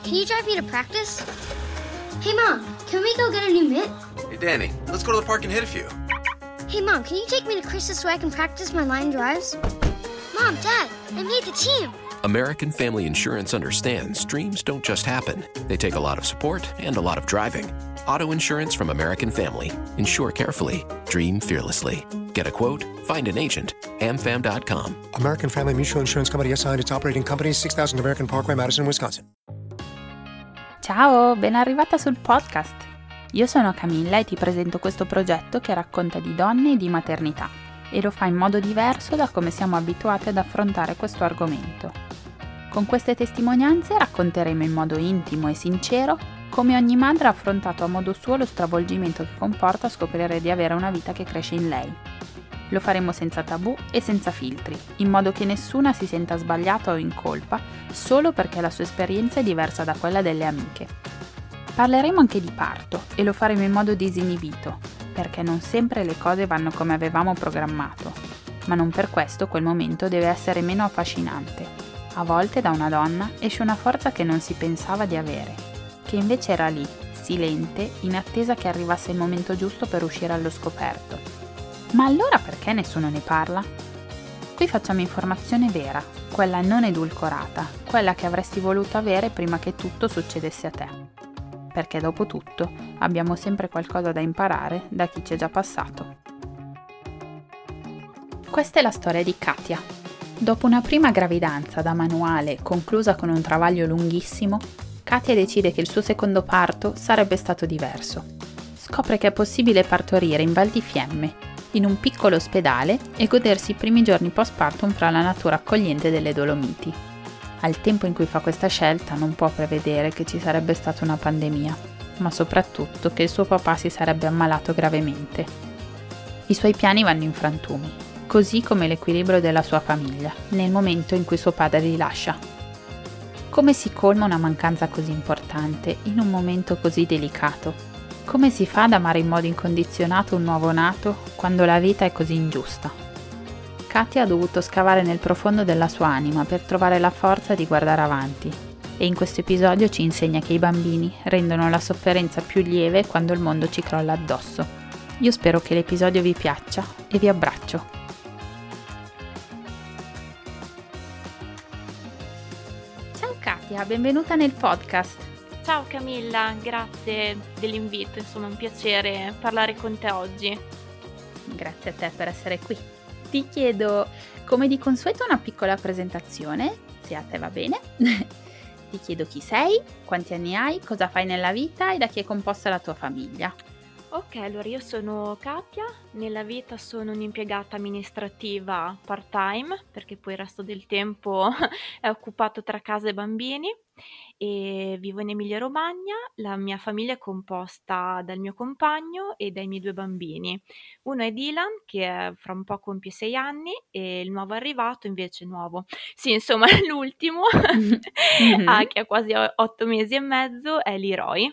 can you drive me to practice? Hey, Mom, can we go get a new mitt? Hey, Danny, let's go to the park and hit a few. Hey, Mom, can you take me to Chris's so I can practice my line drives? Mom, Dad, I made the team. American Family Insurance understands dreams don't just happen. They take a lot of support and a lot of driving. Auto insurance from American Family. Insure carefully. Dream fearlessly. Get a quote, find an agent, amfam.com. American Family Mutual Insurance Company assigned its operating companies 6000 American Parkway, Madison, Wisconsin. Ciao, ben arrivata sul podcast. Io sono Camilla e ti presento questo progetto che racconta di donne e di maternità e lo fa in modo diverso da come siamo abituati ad affrontare questo argomento. Con queste testimonianze racconteremo in modo intimo e sincero come ogni madre ha affrontato a modo suo lo stravolgimento che comporta scoprire di avere una vita che cresce in lei. Lo faremo senza tabù e senza filtri, in modo che nessuna si senta sbagliata o in colpa solo perché la sua esperienza è diversa da quella delle amiche. Parleremo anche di parto e lo faremo in modo disinibito, perché non sempre le cose vanno come avevamo programmato, ma non per questo quel momento deve essere meno affascinante. A volte da una donna esce una forza che non si pensava di avere, che invece era lì, silente, in attesa che arrivasse il momento giusto per uscire allo scoperto. Ma allora perché nessuno ne parla? Qui facciamo informazione vera, quella non edulcorata, quella che avresti voluto avere prima che tutto succedesse a te. Perché dopo tutto abbiamo sempre qualcosa da imparare da chi ci è già passato. Questa è la storia di Katia. Dopo una prima gravidanza da manuale conclusa con un travaglio lunghissimo, Katia decide che il suo secondo parto sarebbe stato diverso. Scopre che è possibile partorire in Val di Fiemme, in un piccolo ospedale, e godersi i primi giorni postpartum fra la natura accogliente delle Dolomiti. Al tempo in cui fa questa scelta non può prevedere che ci sarebbe stata una pandemia, ma soprattutto che il suo papà si sarebbe ammalato gravemente. I suoi piani vanno in frantumi, così come l'equilibrio della sua famiglia, nel momento in cui suo padre li lascia. Come si colma una mancanza così importante in un momento così delicato? Come si fa ad amare in modo incondizionato un nuovo nato quando la vita è così ingiusta? Katia ha dovuto scavare nel profondo della sua anima per trovare la forza di guardare avanti, e in questo episodio ci insegna che i bambini rendono la sofferenza più lieve quando il mondo ci crolla addosso. Io spero che l'episodio vi piaccia e vi abbraccio. Ciao Katia, benvenuta nel podcast. Ciao Camilla, grazie dell'invito, insomma è un piacere parlare con te oggi. Grazie a te per essere qui. Ti chiedo, come di consueto, una piccola presentazione, se a te va bene. Ti chiedo chi sei, quanti anni hai, cosa fai nella vita e da chi è composta la tua famiglia. Ok, allora io sono Katia, nella vita sono un'impiegata amministrativa part-time, perché poi il resto del tempo è occupato tra casa e bambini, e vivo in Emilia-Romagna. La mia famiglia è composta dal mio compagno e dai miei 2 bambini. Uno è Dylan, che fra un po' compie 6 anni, e il nuovo arrivato, invece nuovo, sì, insomma l'ultimo, che ha quasi 8 mesi e mezzo, è Leroy.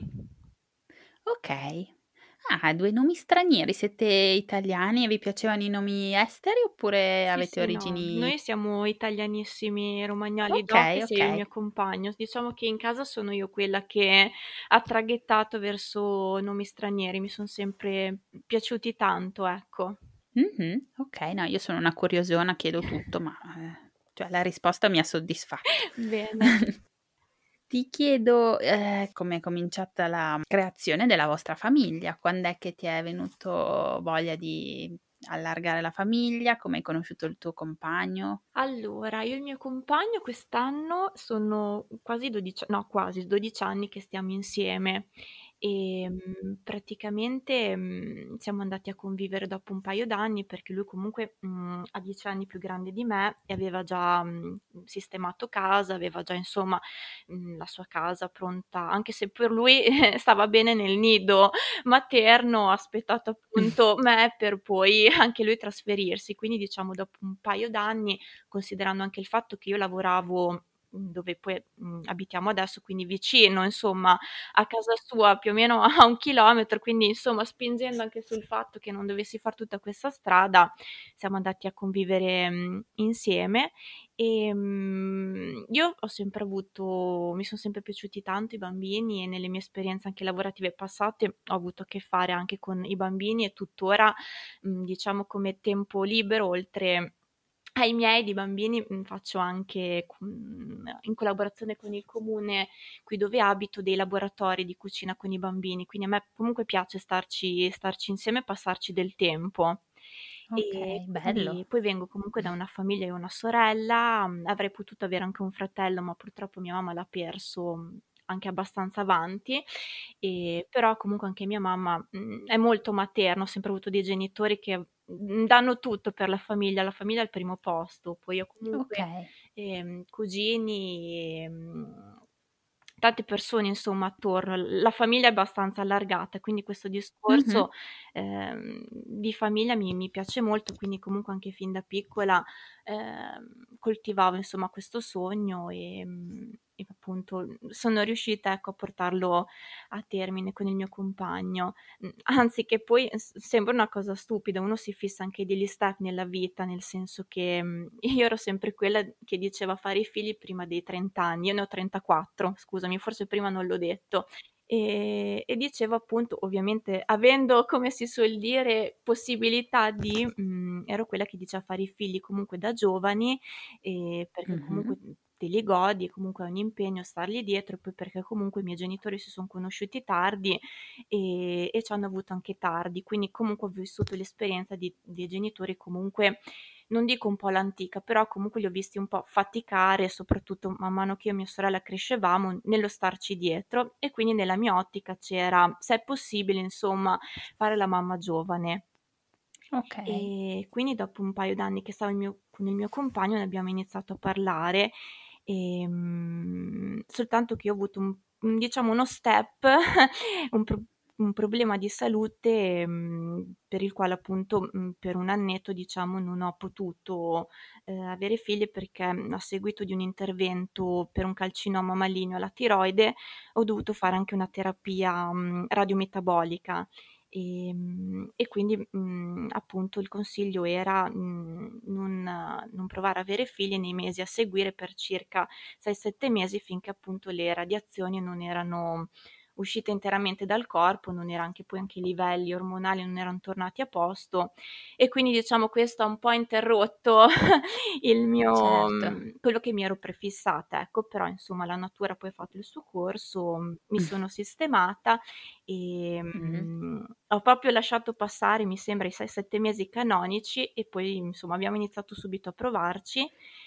Ok. 2 nomi stranieri, siete italiani e vi piacevano i nomi esteri oppure avete Sì, no, origini... noi siamo italianissimi, romagnoli Ok, dotti, sia io e il mio ok. compagno. Diciamo che in casa sono io quella che ha traghettato verso nomi stranieri, mi sono sempre piaciuti tanto, ecco. Ok, no, io sono una curiosona, chiedo tutto, ma cioè la risposta mi ha soddisfatto. Bene. Ti chiedo come è cominciata la creazione della vostra famiglia, quando è che ti è venuto voglia di allargare la famiglia, come hai conosciuto il tuo compagno? Allora, io e il mio compagno quest'anno sono quasi 12 anni che stiamo insieme e praticamente siamo andati a convivere dopo un paio d'anni, perché lui comunque ha 10 anni più grande di me e aveva già sistemato casa, aveva già insomma la sua casa pronta, anche se per lui stava bene nel nido materno, ha aspettato appunto me per poi anche lui trasferirsi. Quindi diciamo dopo un paio d'anni, considerando anche il fatto che io lavoravo dove poi abitiamo adesso, quindi vicino, insomma, a casa sua, più o meno a 1 chilometro, quindi insomma spingendo anche sul fatto che non dovessi far tutta questa strada, siamo andati a convivere insieme. Io ho sempre avuto mi son sempre piaciuti tanto i bambini, e nelle mie esperienze anche lavorative passate ho avuto a che fare anche con i bambini, e tuttora, diciamo, come tempo libero, oltre ai miei di bambini, faccio anche in collaborazione con il comune qui dove abito, dei laboratori di cucina con i bambini, quindi a me comunque piace starci insieme e passarci del tempo. E Okay, quindi bello. poi vengo comunque da una famiglia, io ho una sorella, avrei potuto avere anche un fratello, ma purtroppo mia mamma l'ha perso, anche abbastanza avanti, però comunque anche mia mamma, è molto materna, ho sempre avuto dei genitori che, danno tutto per la famiglia è al primo posto. Poi io comunque, Okay. cugini, tante persone insomma attorno. La famiglia è abbastanza allargata, quindi questo Mh-mh. discorso, di famiglia mi piace molto, quindi comunque anche fin da piccola, coltivavo insomma questo sogno, e appunto, sono riuscita, ecco, a portarlo a termine con il mio compagno. Anzi, che poi sembra una cosa stupida, uno si fissa anche degli step nella vita, nel senso che, io ero sempre quella che diceva fare i figli prima dei 30 anni. Io ne ho 34, scusami, forse prima non l'ho detto. E dicevo appunto, ovviamente avendo, come si suol dire, possibilità di ero quella che diceva fare i figli comunque da giovani, perché Mh-mh. comunque, te li godi, e comunque è un impegno stargli dietro, e poi perché comunque i miei genitori si son conosciuti tardi, e c'hanno avuto anche tardi, quindi comunque ho vissuto l'esperienza di dei genitori comunque, non dico un po' all'antica, però comunque li ho visti un po' faticare, soprattutto man mano che io e mia sorella crescevamo, nello starci dietro, e quindi nella mia ottica c'era, se è possibile insomma, fare la mamma giovane. Okay. E quindi dopo un paio d'anni che stavo con il mio compagno, ne abbiamo iniziato a parlare, soltanto che io ho avuto diciamo uno step, un pro un problema di salute, per il quale appunto, per 1 annetto diciamo non ho potuto, avere figli, perché, a seguito di un intervento per un carcinoma maligno alla tiroide, ho dovuto fare anche una terapia, radiometabolica. E quindi, appunto il consiglio era, non provare a avere figli nei mesi a seguire per circa 6, 7 mesi, finché appunto le radiazioni non erano uscite interamente dal corpo, non era anche poi anche i livelli ormonali non eran tornati a posto, e quindi diciamo questo ha un po' interrotto il mio Certo. quello che mi ero prefissata, ecco. Però insomma la natura poi ha fatto il suo corso, mi sono sistemata. Mh-mh. Ho proprio lasciato passare, mi sembra, i 6, 7 mesi canonici, e poi insomma abbiamo iniziato subito a provarci,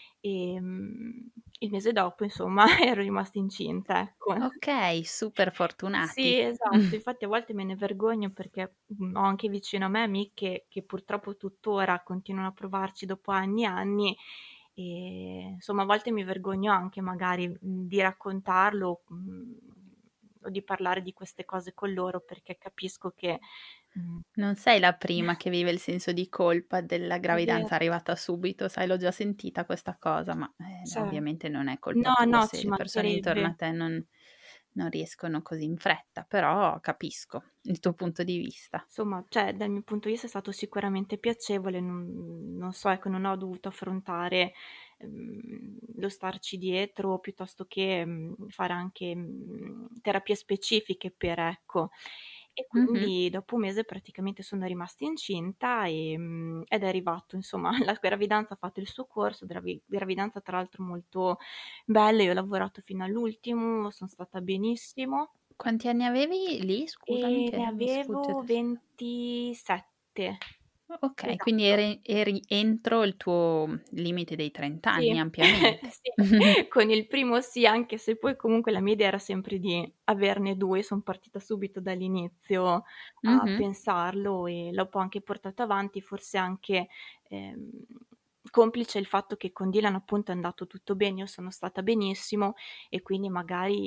il mese dopo insomma ero rimasta incinta, ecco. Okay, super Sì, fortunati. esatto. Infatti a volte me ne vergogno, perché, ho anche vicino a me amiche che purtroppo tuttora continuano a provarci dopo anni e anni, insomma a volte mi vergogno anche magari, di raccontarlo, o di parlare di queste cose con loro, perché capisco che, mhmm Non sei la prima che vive il senso di colpa della è vero, gravidanza arrivata subito, sai, l'ho già sentita questa cosa, ma, cer ovviamente non è colpa no, tua no, se ci le persone intorno mancherebbe. a te non riescono così in fretta, però capisco il tuo punto di vista. Insomma, cioè dal mio punto di vista è stato sicuramente piacevole, non so, ecco, non ho dovuto affrontare, lo starci dietro, piuttosto che, fare anche, terapie specifiche per, ecco. E Mh-mh. quindi dopo 1 mese praticamente sono rimasta incinta, ed è arrivato insomma la gravidanza, ha fatto il suo corso, gravidanza tra l'altro molto bella, io ho lavorato fino all'ultimo, son stata benissimo. Quanti anni avevi lì, scusami, che Ne mi sfugge avevo adesso? 27. Okay, quindi Esatto. eri entro il tuo limite dei 30 Sì, anni ampiamente. sì, con il primo sì, anche se poi comunque la mia idea era sempre di averne 2, son partita subito dall'inizio a Mh-mh. pensarlo, e l'ho poi anche portato avanti, forse anche, ehm, complice il fatto che con Dylan appunto è andato tutto bene, io sono stata benissimo, e quindi magari ero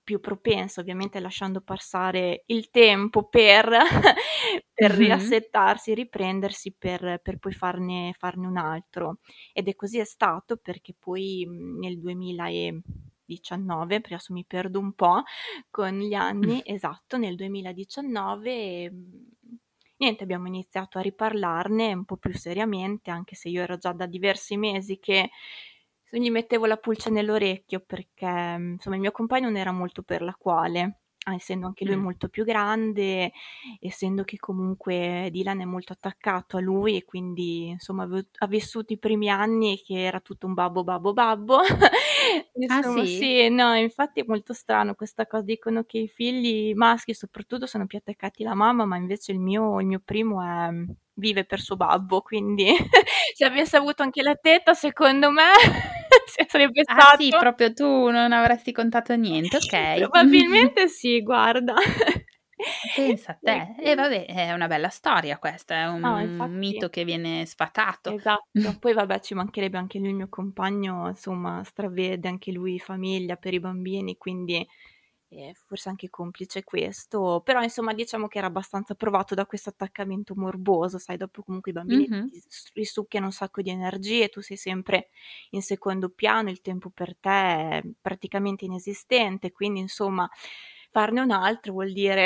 più propensa, ovviamente lasciando passare il tempo per per riassettarsi, riprendersi per poi farne un altro. Ed è così è stato perché poi, nel 2019, perché adesso mi perdo un po' con gli anni, esatto, nel 2019, niente, abbiamo iniziato a riparlarne un po' più seriamente, anche se io ero già da diversi mesi che gli mettevo la pulce nell'orecchio perché, insomma, il mio compagno non era molto per la quale, essendo anche lui molto più grande, essendo che comunque Dylan è molto attaccato a lui e quindi, insomma, ha vissuto i primi anni che era tutto un babbo, babbo, babbo. Ah Insomma, sì? sì, no, infatti è molto strano questa cosa. Dicono che i figli maschi soprattutto sono più attaccati alla mamma, ma invece il mio primo vive per suo babbo, quindi se avesse avuto anche la teta, secondo me sarebbe Ah sì, stato proprio tu non avresti contato niente, ok. probabilmente sì, guarda. Pensa a E te. E quindi vabbè, è una bella storia questa, è no, un infatti mito che viene sfatato. esatto. Poi vabbè, ci mancherebbe, anche lui, il mio compagno, insomma, stravede anche lui famiglia per i bambini, quindi forse anche complice questo. Però insomma diciamo che era abbastanza provato da questo attaccamento morboso, sai, dopo comunque i bambini Mh-mh. ti risucchiano un sacco di energie, tu sei sempre in secondo piano, il tempo per te è praticamente inesistente, quindi insomma farne un altro vuol dire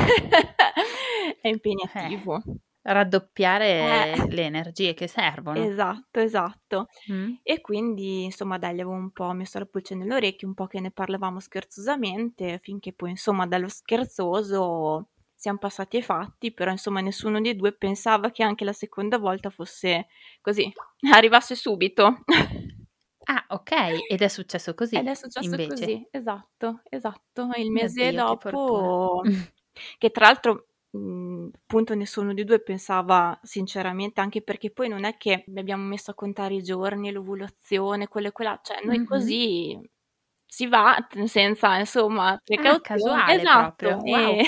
è Eh, impegnativo. raddoppiare Eh. le energie che servono. Esatto, esatto. Mh. E quindi insomma dai, gli avevo un po' messo la pulce nell'orecchio, un po' che ne parlavamo scherzosamente, finché poi insomma dallo scherzoso siam passati ai fatti, però insomma nessuno dei 2 pensava che anche la seconda volta fosse così, arrivasse subito. Ah, okay, ed è successo Ed così, è successo invece? così, esatto, esatto. Il Mio mese Dio, che fortuna. dopo, che tra l'altro, appunto nessuno dei 2 pensava sinceramente, anche perché poi non è che mi abbiamo messo a contare i giorni, l'ovulazione, quello e quella, cioè noi Mh-mh. così si va senza insomma Ah, precauzioni, casuale proprio, esatto, wow.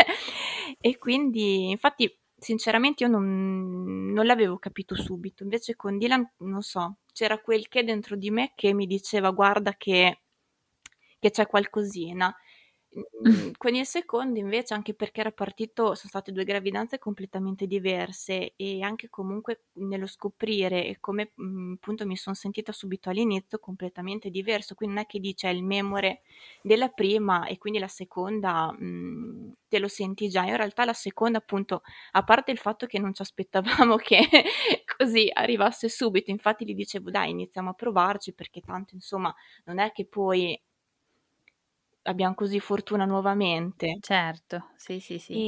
e quindi infatti sinceramente io non l'avevo capito subito. Invece con Dylan, non so, c'era quel che dentro di me che mi diceva: "Guarda che c'è qualcosina". Con il secondo invece, anche perché era partito, son state 2 gravidanze completamente diverse e anche comunque nello scoprire e come, appunto mi son sentita subito all'inizio completamente diverso. Quindi non è che dici hai il memore della prima e quindi la seconda, te lo senti già. In realtà la seconda, appunto, a parte il fatto che non ci aspettavamo che così arrivasse subito, infatti gli dicevo: "Dai, iniziamo a provarci perché tanto insomma non è che poi abbiam così fortuna nuovamente". Certo, sì, sì, sì.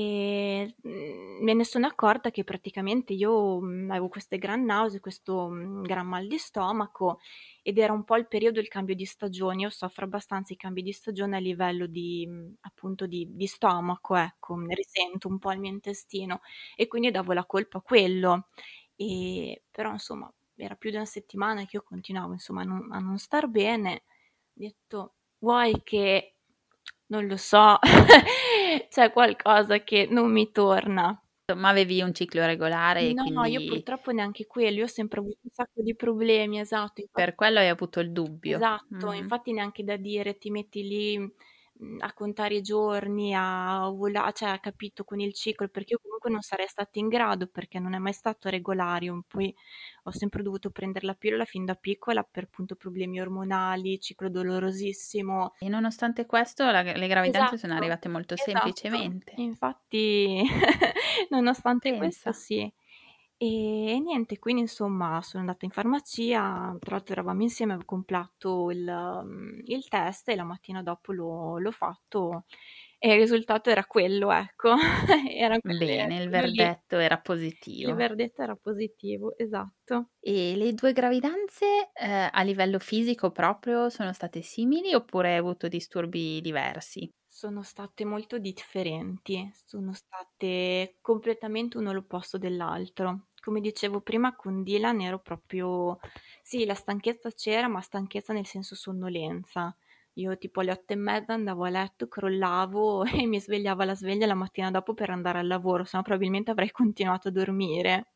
Me ne sono accorta che praticamente io, avevo queste gran nausee, questo, gran mal di stomaco ed era un po' il periodo il cambio di stagione. Io soffro abbastanza i cambi di stagione a livello di appunto di stomaco, ecco, risento un po' il mio intestino e quindi davo la colpa a quello. Però insomma era più di una settimana che io continuavo insomma a non star bene. Ho detto: "Vuoi che non lo so, c'è qualcosa che non mi torna". Ma avevi un ciclo regolare e No, io quindi purtroppo neanche quello, io ho sempre avuto un sacco di problemi, esatto, per quello hai avuto il dubbio. esatto, infatti neanche da dire, ti metti lì, a contare i giorni, cioè capito, con il ciclo, perché io comunque non sarei stata in grado, perché non è mai stato regolare. Poi ho sempre dovuto prender la pillola fin da piccola per, appunto, problemi ormonali, ciclo dolorosissimo. E nonostante questo le gravidanze sono Esatto, arrivate molto esatto. semplicemente. Infatti nonostante questo Pensa. sì. E niente, quindi insomma sono andata in farmacia, tra l'altro eravamo insieme, avevo comprato il test e la mattina dopo l'ho fatto e il risultato era quello, ecco. Era Bene, il quello lì. verdetto era Il positivo. verdetto era positivo, esatto. E le 2 gravidanze, a livello fisico proprio sono state simili oppure hai avuto disturbi diversi? Sono state molto differenti, sono state completamente uno l'opposto dell'altro. Come dicevo prima con Dylan ero proprio sì, la stanchezza c'era, ma stanchezza nel senso sonnolenza. Io tipo alle 8:30 andavo a letto, crollavo e mi svegliava la sveglia la mattina dopo per andare al lavoro, se no probabilmente avrei continuato a dormire.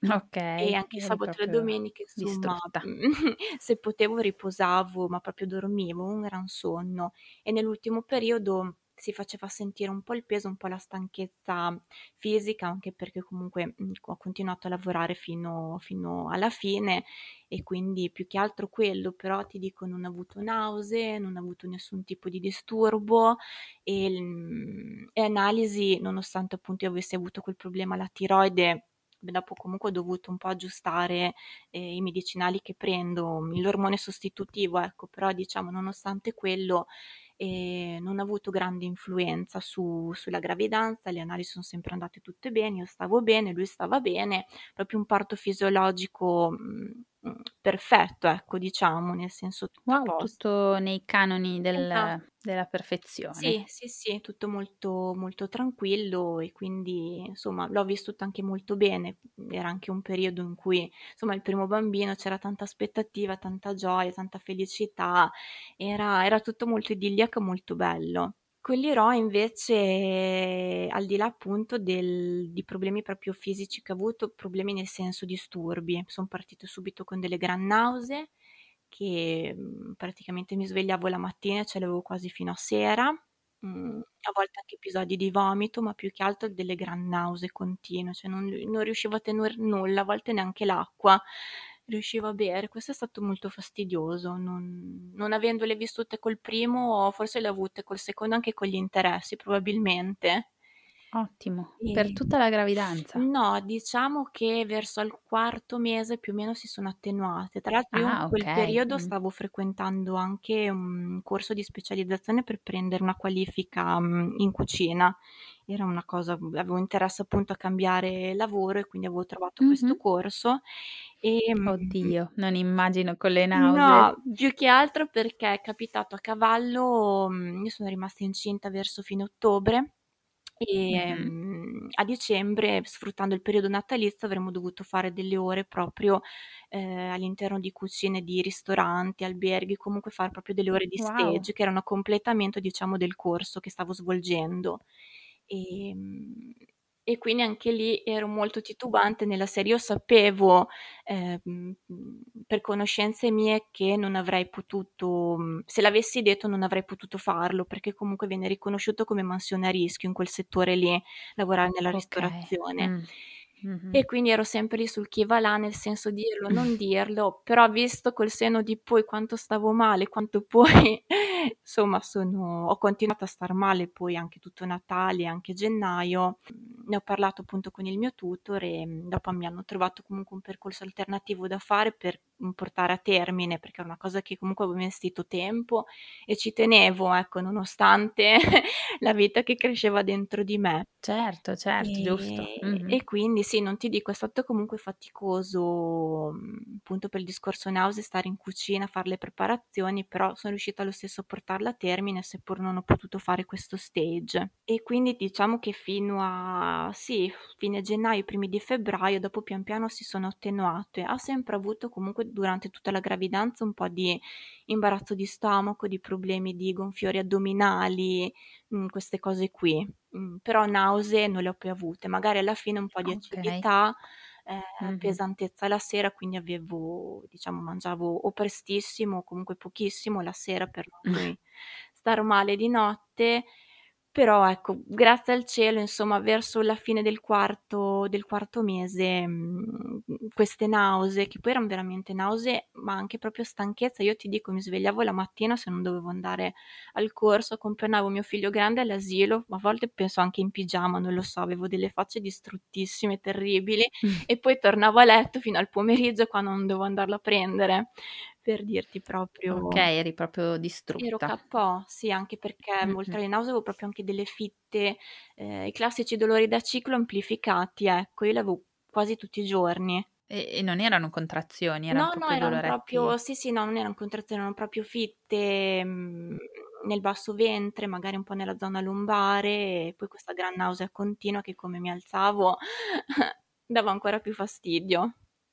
Okay, E anche il eri sabato e la proprio domenica, insomma, distrutta. se potevo riposavo, ma proprio dormivo, un gran sonno. E nell'ultimo periodo si faceva sentire un po' il peso, un po' la stanchezza fisica, anche perché comunque, ho continuato a lavorare fino alla fine e quindi più che altro quello, però ti dico non ho avuto nausee, non ho avuto nessun tipo di disturbo e analisi, nonostante appunto io avessi avuto quel problema alla tiroide, dopo comunque ho dovuto un po' aggiustare, i medicinali che prendo, l'ormone sostitutivo, ecco, però diciamo nonostante quello, non ha avuto grande influenza sulla gravidanza, le analisi son sempre andate tutte bene, io stavo bene, lui stava bene, proprio un parto fisiologico, perfetto, ecco, diciamo, nel senso tutto a Wow, posto. tutto nei canoni Esa della perfezione. Sì, sì, sì, tutto molto molto tranquillo e quindi insomma l'ho vissuto anche molto bene. Era anche un periodo in cui, insomma, il primo bambino c'era tanta aspettativa, tanta gioia, tanta felicità, era tutto molto idilliaco, molto bello. Con l'Iro invece, al di là appunto di problemi proprio fisici che ho avuto, problemi nel senso disturbi, son partita subito con delle gran nausee che, praticamente mi svegliavo la mattina e ce l'avevo quasi fino a sera. A volte anche episodi di vomito, ma più che altro delle gran nausee continue, cioè non riuscivo a tener nulla, a volte neanche l'acqua riuscivo a bere. Questo è stato molto fastidioso, non avendole vissute col primo, forse le ho avute col secondo, anche con gli interessi probabilmente. Ottimo, per Ehm, tutta la gravidanza. no, diciamo che verso al quarto mese più o meno si sono attenuate. Tra l'altro io in Ah, quel okay. periodo stavo frequentando anche un corso di specializzazione per prendere una qualifica, in cucina. Era una cosa avevo interesse appunto a cambiare lavoro e quindi avevo trovato questo Mh-mh. corso, ehm Oddio, non immagino con le nausee. no, più che altro perché è capitato a cavallo, io sono rimasta incinta verso fine ottobre Mh-mh. a dicembre, sfruttando il periodo natalizio, avremmo dovuto fare delle ore proprio, all'interno di cucine di ristoranti, alberghi, comunque fare proprio delle ore di Wow. stage che erano a completamento, diciamo, del corso che stavo svolgendo. Ehm, e quindi anche lì ero molto titubante nella serie io sapevo, per conoscenze mie che non avrei potuto se l'avessi detto non avrei potuto farlo, perché comunque viene riconosciuto come mansione a rischio in quel settore lì, lavorare nella Okay. ristorazione. Mh-mh. E quindi ero sempre lì sul chi va là, nel senso dirlo, non dirlo, però visto col senno di poi quanto stavo male, quanto poi insomma ho continuato a star male poi anche tutto Natale, anche gennaio. Ne ho parlato appunto con il mio tutor e, dopo mi hanno trovato comunque un percorso alternativo da fare per, portare a termine, perché è una cosa che comunque avevo investito tempo e ci tenevo, ecco, nonostante la vita che cresceva dentro di me. Certo, certo, giusto. Mh-mh. E quindi sì, non ti dico, è stato comunque faticoso, appunto per il discorso nausea, stare in cucina, far le preparazioni, però son riuscita lo stesso a portarla a termine, seppur non ho potuto fare questo stage. E quindi diciamo che fino a sì, fine gennaio, primi di febbraio, dopo pian piano si sono attenuate. Ha sempre avuto comunque durante tutta la gravidanza un po' di imbarazzo di stomaco, di problemi di gonfiori addominali, queste cose qui. Però nausee non le ho più avute. Magari alla fine un po' di Okay. acidità, Mh-mh. pesantezza la sera, quindi diciamo mangiavo o prestissimo o comunque pochissimo la sera per non poi star male di notte. Però ecco, grazie al cielo insomma verso la fine del quarto mese, queste nausee, che poi eran veramente nausee, ma anche proprio stanchezza. Io ti dico, mi svegliavo la mattina se non dovevo andare al corso, accompagnavo mio figlio grande all'asilo, ma a volte penso anche in pigiama, non lo so, avevo delle facce distruttissime, terribili, e poi tornavo a letto fino al pomeriggio quando non dovevo andarlo a prendere, per dirti proprio. Okay, eri proprio Ero distrutta. KO, sì, anche perché Mh-mh. oltre alle nausee avevo proprio anche delle fitte, i classici dolori da ciclo amplificati, ecco, io li avevo quasi tutti i giorni. E non erano contrazioni, eran No, no, proprio eran proprio doloretti. sì, sì, no, non eran contrazioni, erano proprio fitte, nel basso ventre, magari un po' nella zona lombare e poi questa gran nausea continua che come mi alzavo dava ancora più fastidio.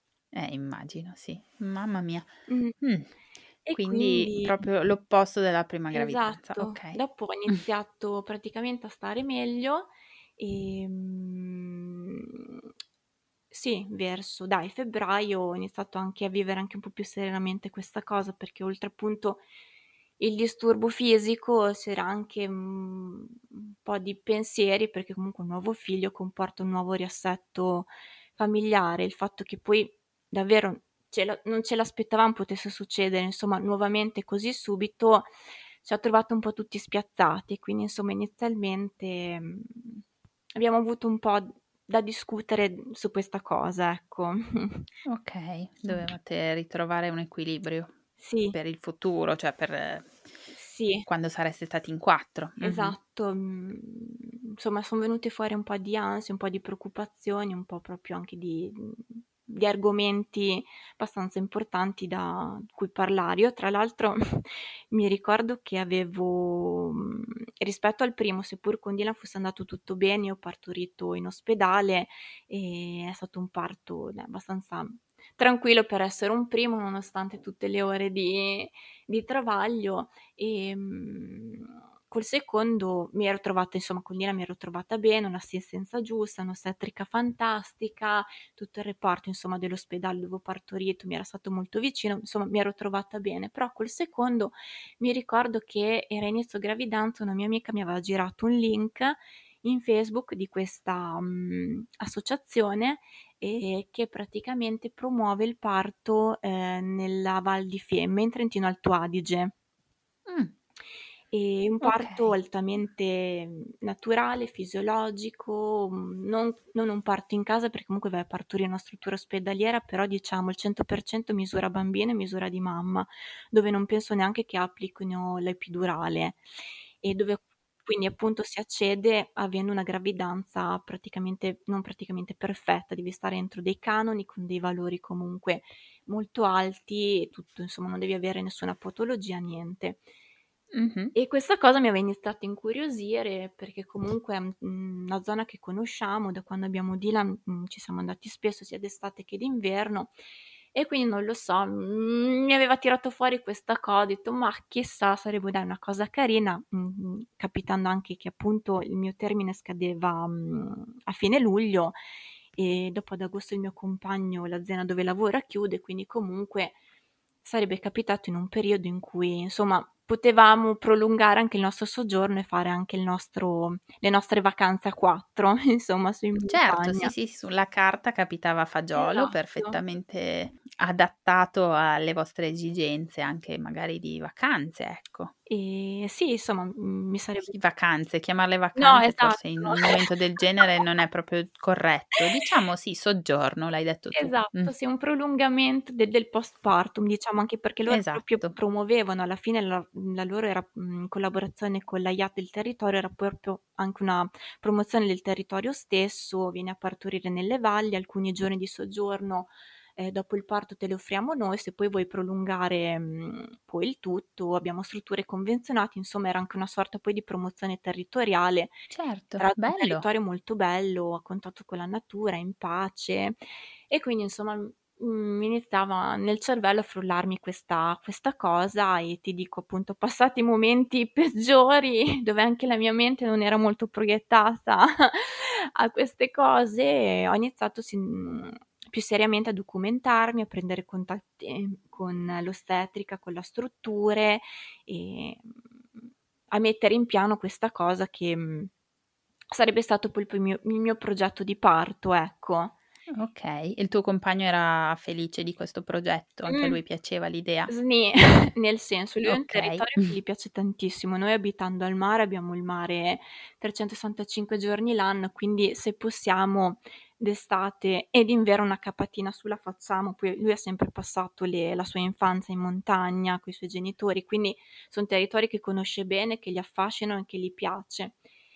Immagino, sì. Mamma mia. Mh. Mh. E Quindi quindi proprio l'opposto della prima gravidanza, esatto. okay. Dopo ho iniziato praticamente a stare meglio, ehm, Sì, verso dai febbraio ho iniziato anche a vivere anche un po' più serenamente questa cosa, perché oltre appunto il disturbo fisico c'era anche un po' di pensieri, perché comunque un nuovo figlio comporta un nuovo riassetto familiare, il fatto che poi davvero non ce l'aspettavamo potesse succedere, insomma, nuovamente così subito, ci ha trovato un po' tutti spiazzati, quindi insomma inizialmente abbiamo avuto un po' da discutere su questa cosa, ecco. Okay, dovevate ritrovare un equilibrio Sì, per il futuro, cioè per sì. quando sareste stati in 4. Mh-mh. Esatto, insomma son venute fuori un po' di ansie, un po' di preoccupazioni, un po' proprio anche di argomenti abbastanza importanti da cui parlare. Io tra l'altro mi ricordo che avevo rispetto al primo, seppur con Dylan fosse andato tutto bene, io ho partorito in ospedale e è stato un parto, abbastanza tranquillo per essere un primo, nonostante tutte le ore di travaglio. Col secondo mi ero trovata insomma con Nina mi ero trovata bene, un'assistenza giusta, un'ostetrica fantastica, tutto il reparto insomma dell'ospedale dove ho partorito mi era stato molto vicino, insomma mi ero trovata bene. Però col secondo mi ricordo che era inizio gravidanza, una mia amica mi aveva girato un link in Facebook di questa, associazione, che praticamente promuove il parto, nella Val di Fiemme, in Trentino Alto Adige. Mh, Un parto okay. altamente, naturale, fisiologico, non un parto in casa perché comunque vai a partorire in una struttura ospedaliera, però diciamo il 100% misura bambino e misura di mamma, dove non penso neanche che applichino l'epidurale e dove quindi appunto si accede avendo una gravidanza non praticamente perfetta, devi stare entro dei canoni con dei valori comunque molto alti e tutto, insomma non devi avere nessuna patologia, niente. Mh-mh. E questa cosa mi aveva iniziato a incuriosire perché comunque è, una zona che conosciamo, da quando abbiamo Dylan, ci siamo andati spesso sia d'estate che d'inverno e quindi non lo so, mi aveva tirato fuori questa ho detto: "Mah, chissà, sarebbe dai una cosa carina", capitando anche che appunto il mio termine scadeva, a fine luglio e dopo ad agosto il mio compagno l'azienda dove lavora chiude, quindi comunque sarebbe capitato in un periodo in cui, insomma, potevamo prolungare anche il nostro soggiorno e fare anche le nostre vacanze a 4, insomma, su in Certo, sì, montagna. sì, sulla carta capitava fagiolo, Esatto. perfettamente adattato alle vostre esigenze, anche magari di vacanze, ecco. Sì, insomma, mi sarebbe Sì, vacanze, chiamarle no, vacanze forse in esatto. un momento del genere non è proprio corretto. Diciamo sì, soggiorno, l'hai detto tu. Esatto, sì, un prolungamento del postpartum, diciamo, anche perché loro proprio Esatto. promuovevano alla fine la loro era, in collaborazione con l'AIAT del territorio, era proprio anche una promozione del territorio stesso, vieni a partorire nelle valli, alcuni giorni di soggiorno, dopo il parto te li offriamo noi, se poi vuoi prolungare, poi il tutto, abbiamo strutture convenzionate, insomma era anche una sorta poi di promozione territoriale. Tra Certo, l'altro un bello. territorio molto bello, a contatto con la natura, in pace e quindi insomma, mi iniziava nel cervello a frullarmi questa cosa e ti dico appunto, passati i momenti peggiori dove anche la mia mente non era molto proiettata a queste cose, ho iniziato più seriamente a documentarmi, a prendere contatti con l'ostetrica, con la strutture e, a mettere in piano questa cosa che, sarebbe stato poi il mio progetto di parto, ecco. Okay. E il tuo compagno era felice di questo progetto? Anche a Mh. lui piaceva l'idea? Sni, nel senso, lui è un Okay. territorio che gli piace tantissimo. Noi abitando al mare abbiamo il mare 365 giorni l'anno, quindi se possiamo d'estate e d'inverno una capatina su la facciamo. Poi lui ha sempre passato la sua infanzia in montagna coi suoi genitori, quindi son territori che conosce bene, che gli affascinano e che gli piace.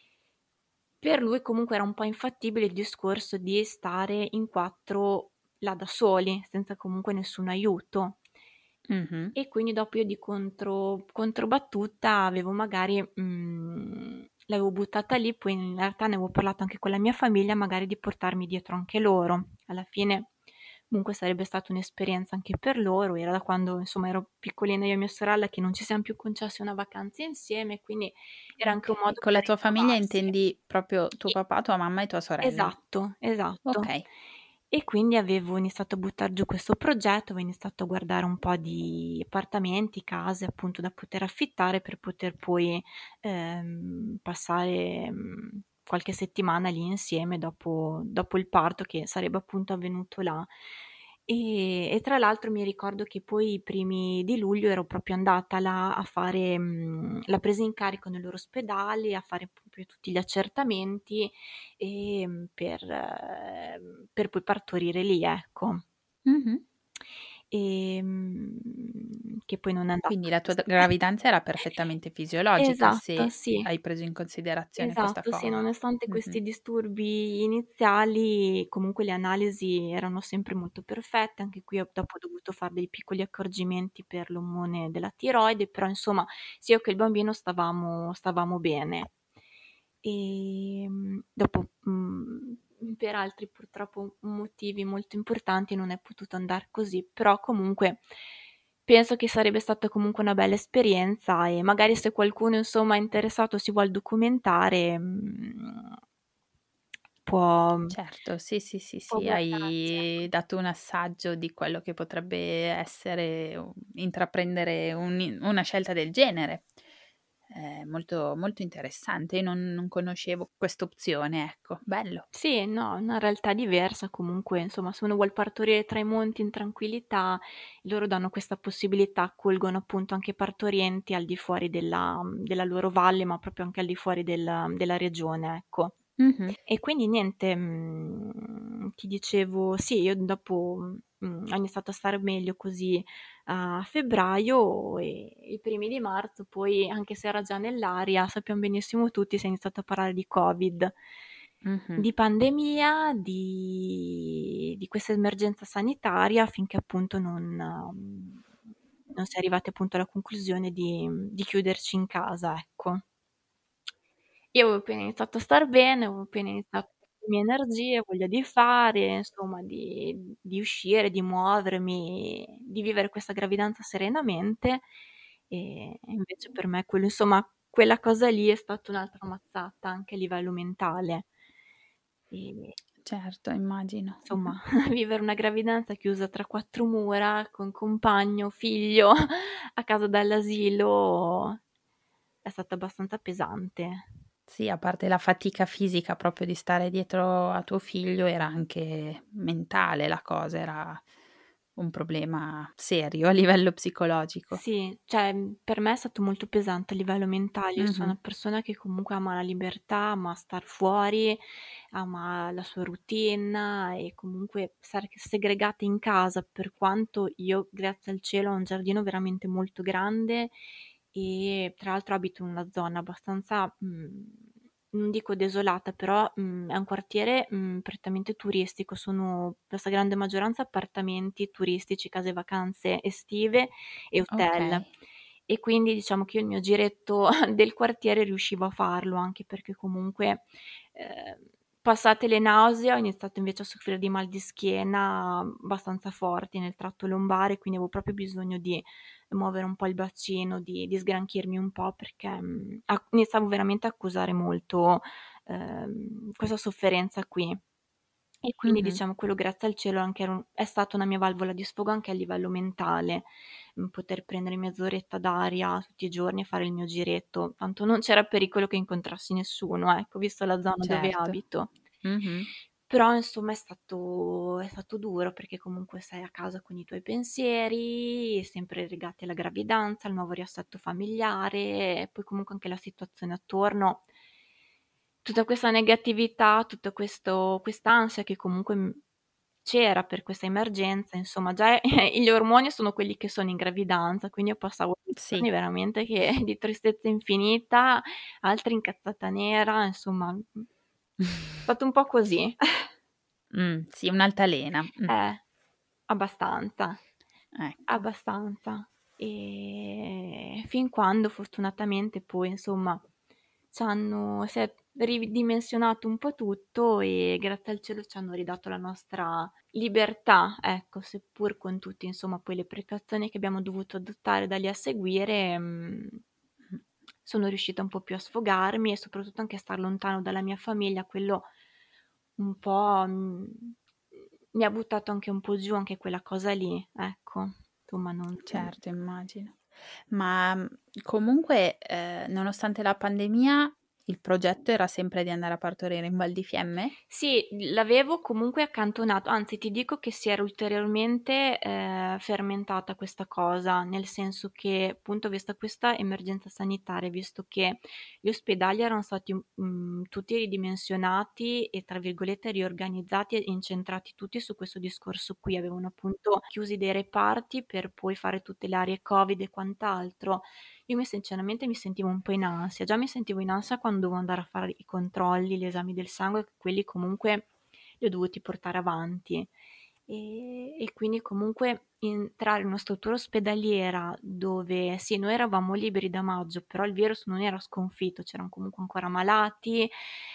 Per lui comunque era un po' infattibile il discorso di stare in 4 là da soli, senza comunque nessun aiuto. Mh-mh. E quindi dopo io di controbattuta avevo magari l'avevo buttata lì, poi in realtà ne avevo parlato anche con la mia famiglia, magari di portarmi dietro anche loro. Alla fine comunque sarebbe stata un'esperienza anche per loro, era da quando insomma ero piccolina io e mia sorella che non ci siam più concessi una vacanza insieme, quindi era anche un Okay. modo Con la per tua famiglia ritrovarsi. intendi proprio tuo Sì. papà, tua mamma e tua sorella? Esatto, esatto. Okay. E quindi avevo iniziato a buttar giù questo progetto, avevo iniziato a guardare un po' di appartamenti, case appunto da poter affittare per poter poi passare qualche settimana lì insieme dopo il parto che sarebbe appunto avvenuto là. E tra l'altro mi ricordo che poi i primi di luglio ero proprio andata là a fare la presa in carico nell'ospedale, a fare proprio tutti gli accertamenti per poi partorire lì, ecco. Mh-mh. Che poi non è andata Quindi la tua così. gravidanza era perfettamente fisiologica, Esatto, se sì. hai preso in considerazione questa Esatto, sì, cosa. nonostante Mh-mh. questi disturbi iniziali, comunque le analisi erano sempre molto perfette, anche qui dopo ho dovuto fare dei piccoli accorgimenti per l'ormone della tiroide, però insomma sia io che il bambino stavamo bene. Dopo, per altri purtroppo motivi molto importanti non è potuto andar così, però comunque penso che sarebbe stata comunque una bella esperienza e magari se qualcuno insomma è interessato, si vuol documentare, può Certo, sì, sì, sì, può sì, guardarsi, ecco. hai dato un assaggio di quello che potrebbe essere u intraprendere una scelta del genere. Molto molto interessante. Io non conoscevo quest'opzione, ecco. Bello. Sì, no, una realtà diversa comunque, insomma, se uno vuol partorire tra i monti in tranquillità, loro danno questa possibilità, accolgono appunto anche partorienti al di fuori della loro valle, ma proprio anche al di fuori della regione, ecco. Mh-mh. E quindi niente, ti dicevo, sì, io dopo, ho iniziato a stare meglio così a febbraio e i primi di marzo, poi anche se era già nell'aria, sappiam benissimo tutti, si è iniziato a parlare di Covid, Mh-mh. di pandemia, di questa emergenza sanitaria finché appunto non si è arrivati appunto alla conclusione di chiuderci in casa, ecco. Io avevo appena iniziato a star bene, avevo appena iniziato le mie energie, voglia di fare, insomma di uscire, di muovermi, di vivere questa gravidanza serenamente e invece per me quello insomma, quella cosa lì è stata un'altra mazzata anche a livello mentale. E Certo, immagino. Mh-mh. insomma, vivere una gravidanza chiusa tra 4 mura, con compagno, figlio, a casa dall'asilo, è stata abbastanza pesante. Sì, a parte la fatica fisica proprio di stare dietro a tuo figlio, era anche mentale la cosa, era un problema serio a livello psicologico. Sì, cioè, per me è stato molto pesante a livello mentale. Io sono Mh-mh. una persona che comunque ama la libertà, ama star fuori, ama la sua routine e comunque stare segregata in casa, per quanto io, grazie al cielo, ho un giardino veramente molto grande e tra l'altro abito in una zona abbastanza, non dico desolata, però, è un quartiere, prettamente turistico. Sono per stragrande maggioranza appartamenti turistici, case vacanze estive e hotel. Okay. E quindi diciamo che io il mio giretto del quartiere riuscivo a farlo, anche perché comunque, ehm, passate le nausea ho iniziato invece a soffrire di mal di schiena abbastanza forti nel tratto lombare, quindi avevo proprio bisogno di muovere un po' il bacino, di sgranchirmi un po' perché, iniziavo veramente a accusare molto, questa sofferenza qui. E quindi Mh-mh. diciamo quello grazie al cielo anche è stata una mia valvola di sfogo anche a livello mentale, poter prendere mezz'oretta d'aria tutti i giorni e fare il mio giretto, tanto non c'era pericolo che incontrassi nessuno, ecco, visto la zona dove Certo. abito. Mh-mh. Però insomma è stato duro perché comunque sei a casa con i tuoi pensieri, sempre legati alla gravidanza, al nuovo riassetto familiare e poi comunque anche la situazione attorno. Tutta questa negatività, tutto quest'ansia che comunque, c'era per questa emergenza, insomma già gli ormoni sono quelli che sono in gravidanza, quindi io passavo dei Sì. giorni veramente che di tristezza infinita, altri incazzata nera, insomma, è stato un po' così. Sì, un'altalena. Eh, abbastanza, Ecco. abbastanza. Fin quando fortunatamente poi insomma si è ridimensionato un po' tutto e grazie al cielo ci hanno ridato la nostra libertà, ecco, seppur con tutti insomma poi le precauzioni che abbiamo dovuto adottare da lì a seguire, Mh. sono riuscita un po' più a sfogarmi e soprattutto anche a star lontano dalla mia famiglia, quello un po', mi ha buttato anche un po' giù anche quella cosa lì, ecco. Insomma, non... Certo, immagino. Ma comunque, nonostante la pandemia, il progetto era sempre di andare a partorire in Val di Fiemme? Sì, l'avevo comunque accantonato, anzi ti dico che si era ulteriormente fermentata questa cosa, nel senso che appunto vista questa emergenza sanitaria, visto che gli ospedali erano stati tutti ridimensionati e tra virgolette riorganizzati e incentrati tutti su questo discorso qui, avevano appunto chiusi dei reparti per poi fare tutte le aree Covid e quant'altro. Io sinceramente mi sentivo un po' in ansia, già mi sentivo in ansia quando dovevo andare a fare i controlli, gli esami del sangue, che quelli comunque li ho dovuti portare avanti. E quindi comunque entrare in una struttura ospedaliera dove sì, noi eravamo liberi da maggio, però il virus non era sconfitto, c'erano comunque ancora malati.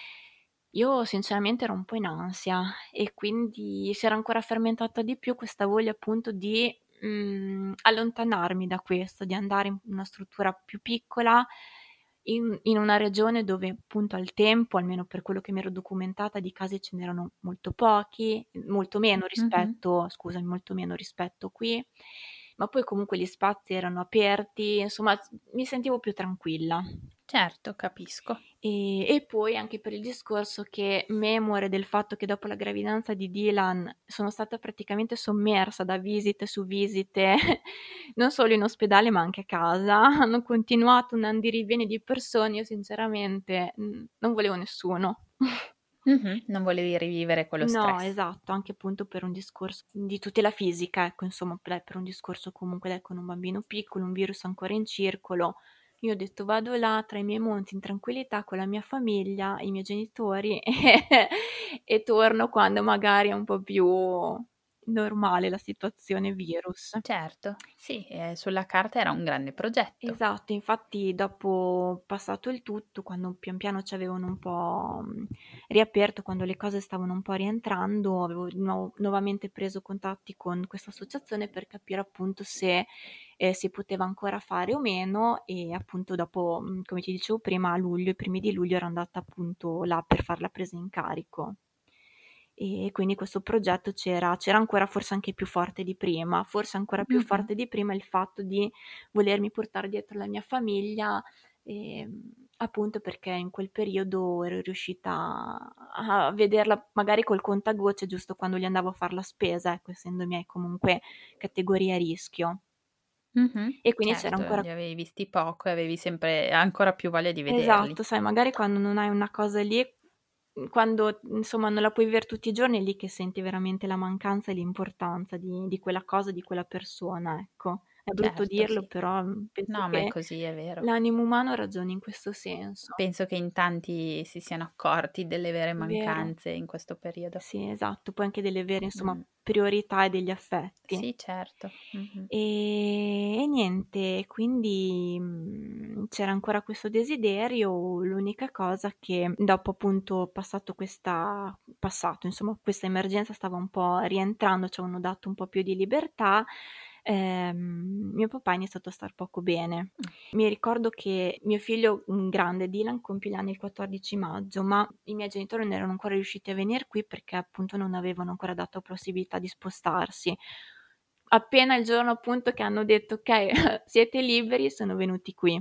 Io sinceramente ero un po' in ansia e quindi si era ancora fermentata di più questa voglia appunto di allontanarmi da questo, di andare in una struttura più piccola, in una regione dove appunto al tempo, almeno per quello che mi ero documentata, di casi ce n'erano molto pochi, molto meno rispetto, scusami, molto meno rispetto qui, ma poi comunque gli spazi erano aperti, insomma mi sentivo più tranquilla. Certo, capisco. E poi anche per il discorso che memore del fatto che dopo la gravidanza di Dylan sono stata praticamente sommersa da visite su visite, non solo in ospedale ma anche a casa, hanno continuato un andirivieni di persone, io sinceramente non volevo nessuno. Non volevi rivivere quello No, stress. esatto, anche appunto per un discorso di tutela fisica, ecco, insomma, per un discorso comunque dai, con un bambino piccolo, un virus ancora in circolo. Io ho detto vado là tra i miei monti in tranquillità con la mia famiglia, i miei genitori e torno quando magari è un po' più normale la situazione virus. Certo, sì, sulla carta era un grande progetto. Esatto, infatti dopo passato il tutto, quando pian piano ci avevano un po' riaperto, quando le cose stavano un po' rientrando, avevo nuovamente preso contatti con questa associazione per capire appunto se si poteva ancora fare o meno e appunto dopo, come ti dicevo prima, a luglio, i primi di luglio ero andata appunto là per fare la presa in carico. E quindi questo progetto c'era ancora forse anche più forte di prima, forse ancora più forte di prima il fatto di volermi portare dietro la mia famiglia, appunto perché in quel periodo ero riuscita a vederla magari col contagocce giusto quando gli andavo a fare la spesa, ecco, essendo miei comunque categoria a rischio. E quindi c'era Certo, ancora... li avevi visti poco e avevi sempre ancora più voglia di vederli. Esatto, sai, magari quando non hai una cosa lì, quando insomma non la puoi vedere tutti i giorni, è lì che senti veramente la mancanza e l'importanza di quella cosa, di quella persona, ecco. È brutto Certo, dirlo, sì. però penso No, ma è che così, è vero. l'animo umano ragioni in questo senso. Penso che in tanti si siano accorti delle vere Vero. mancanze in questo periodo. Sì, esatto, poi anche delle vere, insomma, priorità e degli affetti. Sì, certo. E niente, quindi c'era ancora questo desiderio, l'unica cosa che dopo appunto insomma, questa emergenza stava un po' rientrando, ci avevano dato un po' più di libertà, mio papà ha iniziato a star poco bene. Mi ricordo che mio figlio grande, Dylan, compie gli anni il 14 maggio, ma i miei genitori non erano ancora riusciti a venire qui perché appunto non avevano ancora dato possibilità di spostarsi. Appena il giorno appunto che hanno detto ok, siete liberi, sono venuti qui.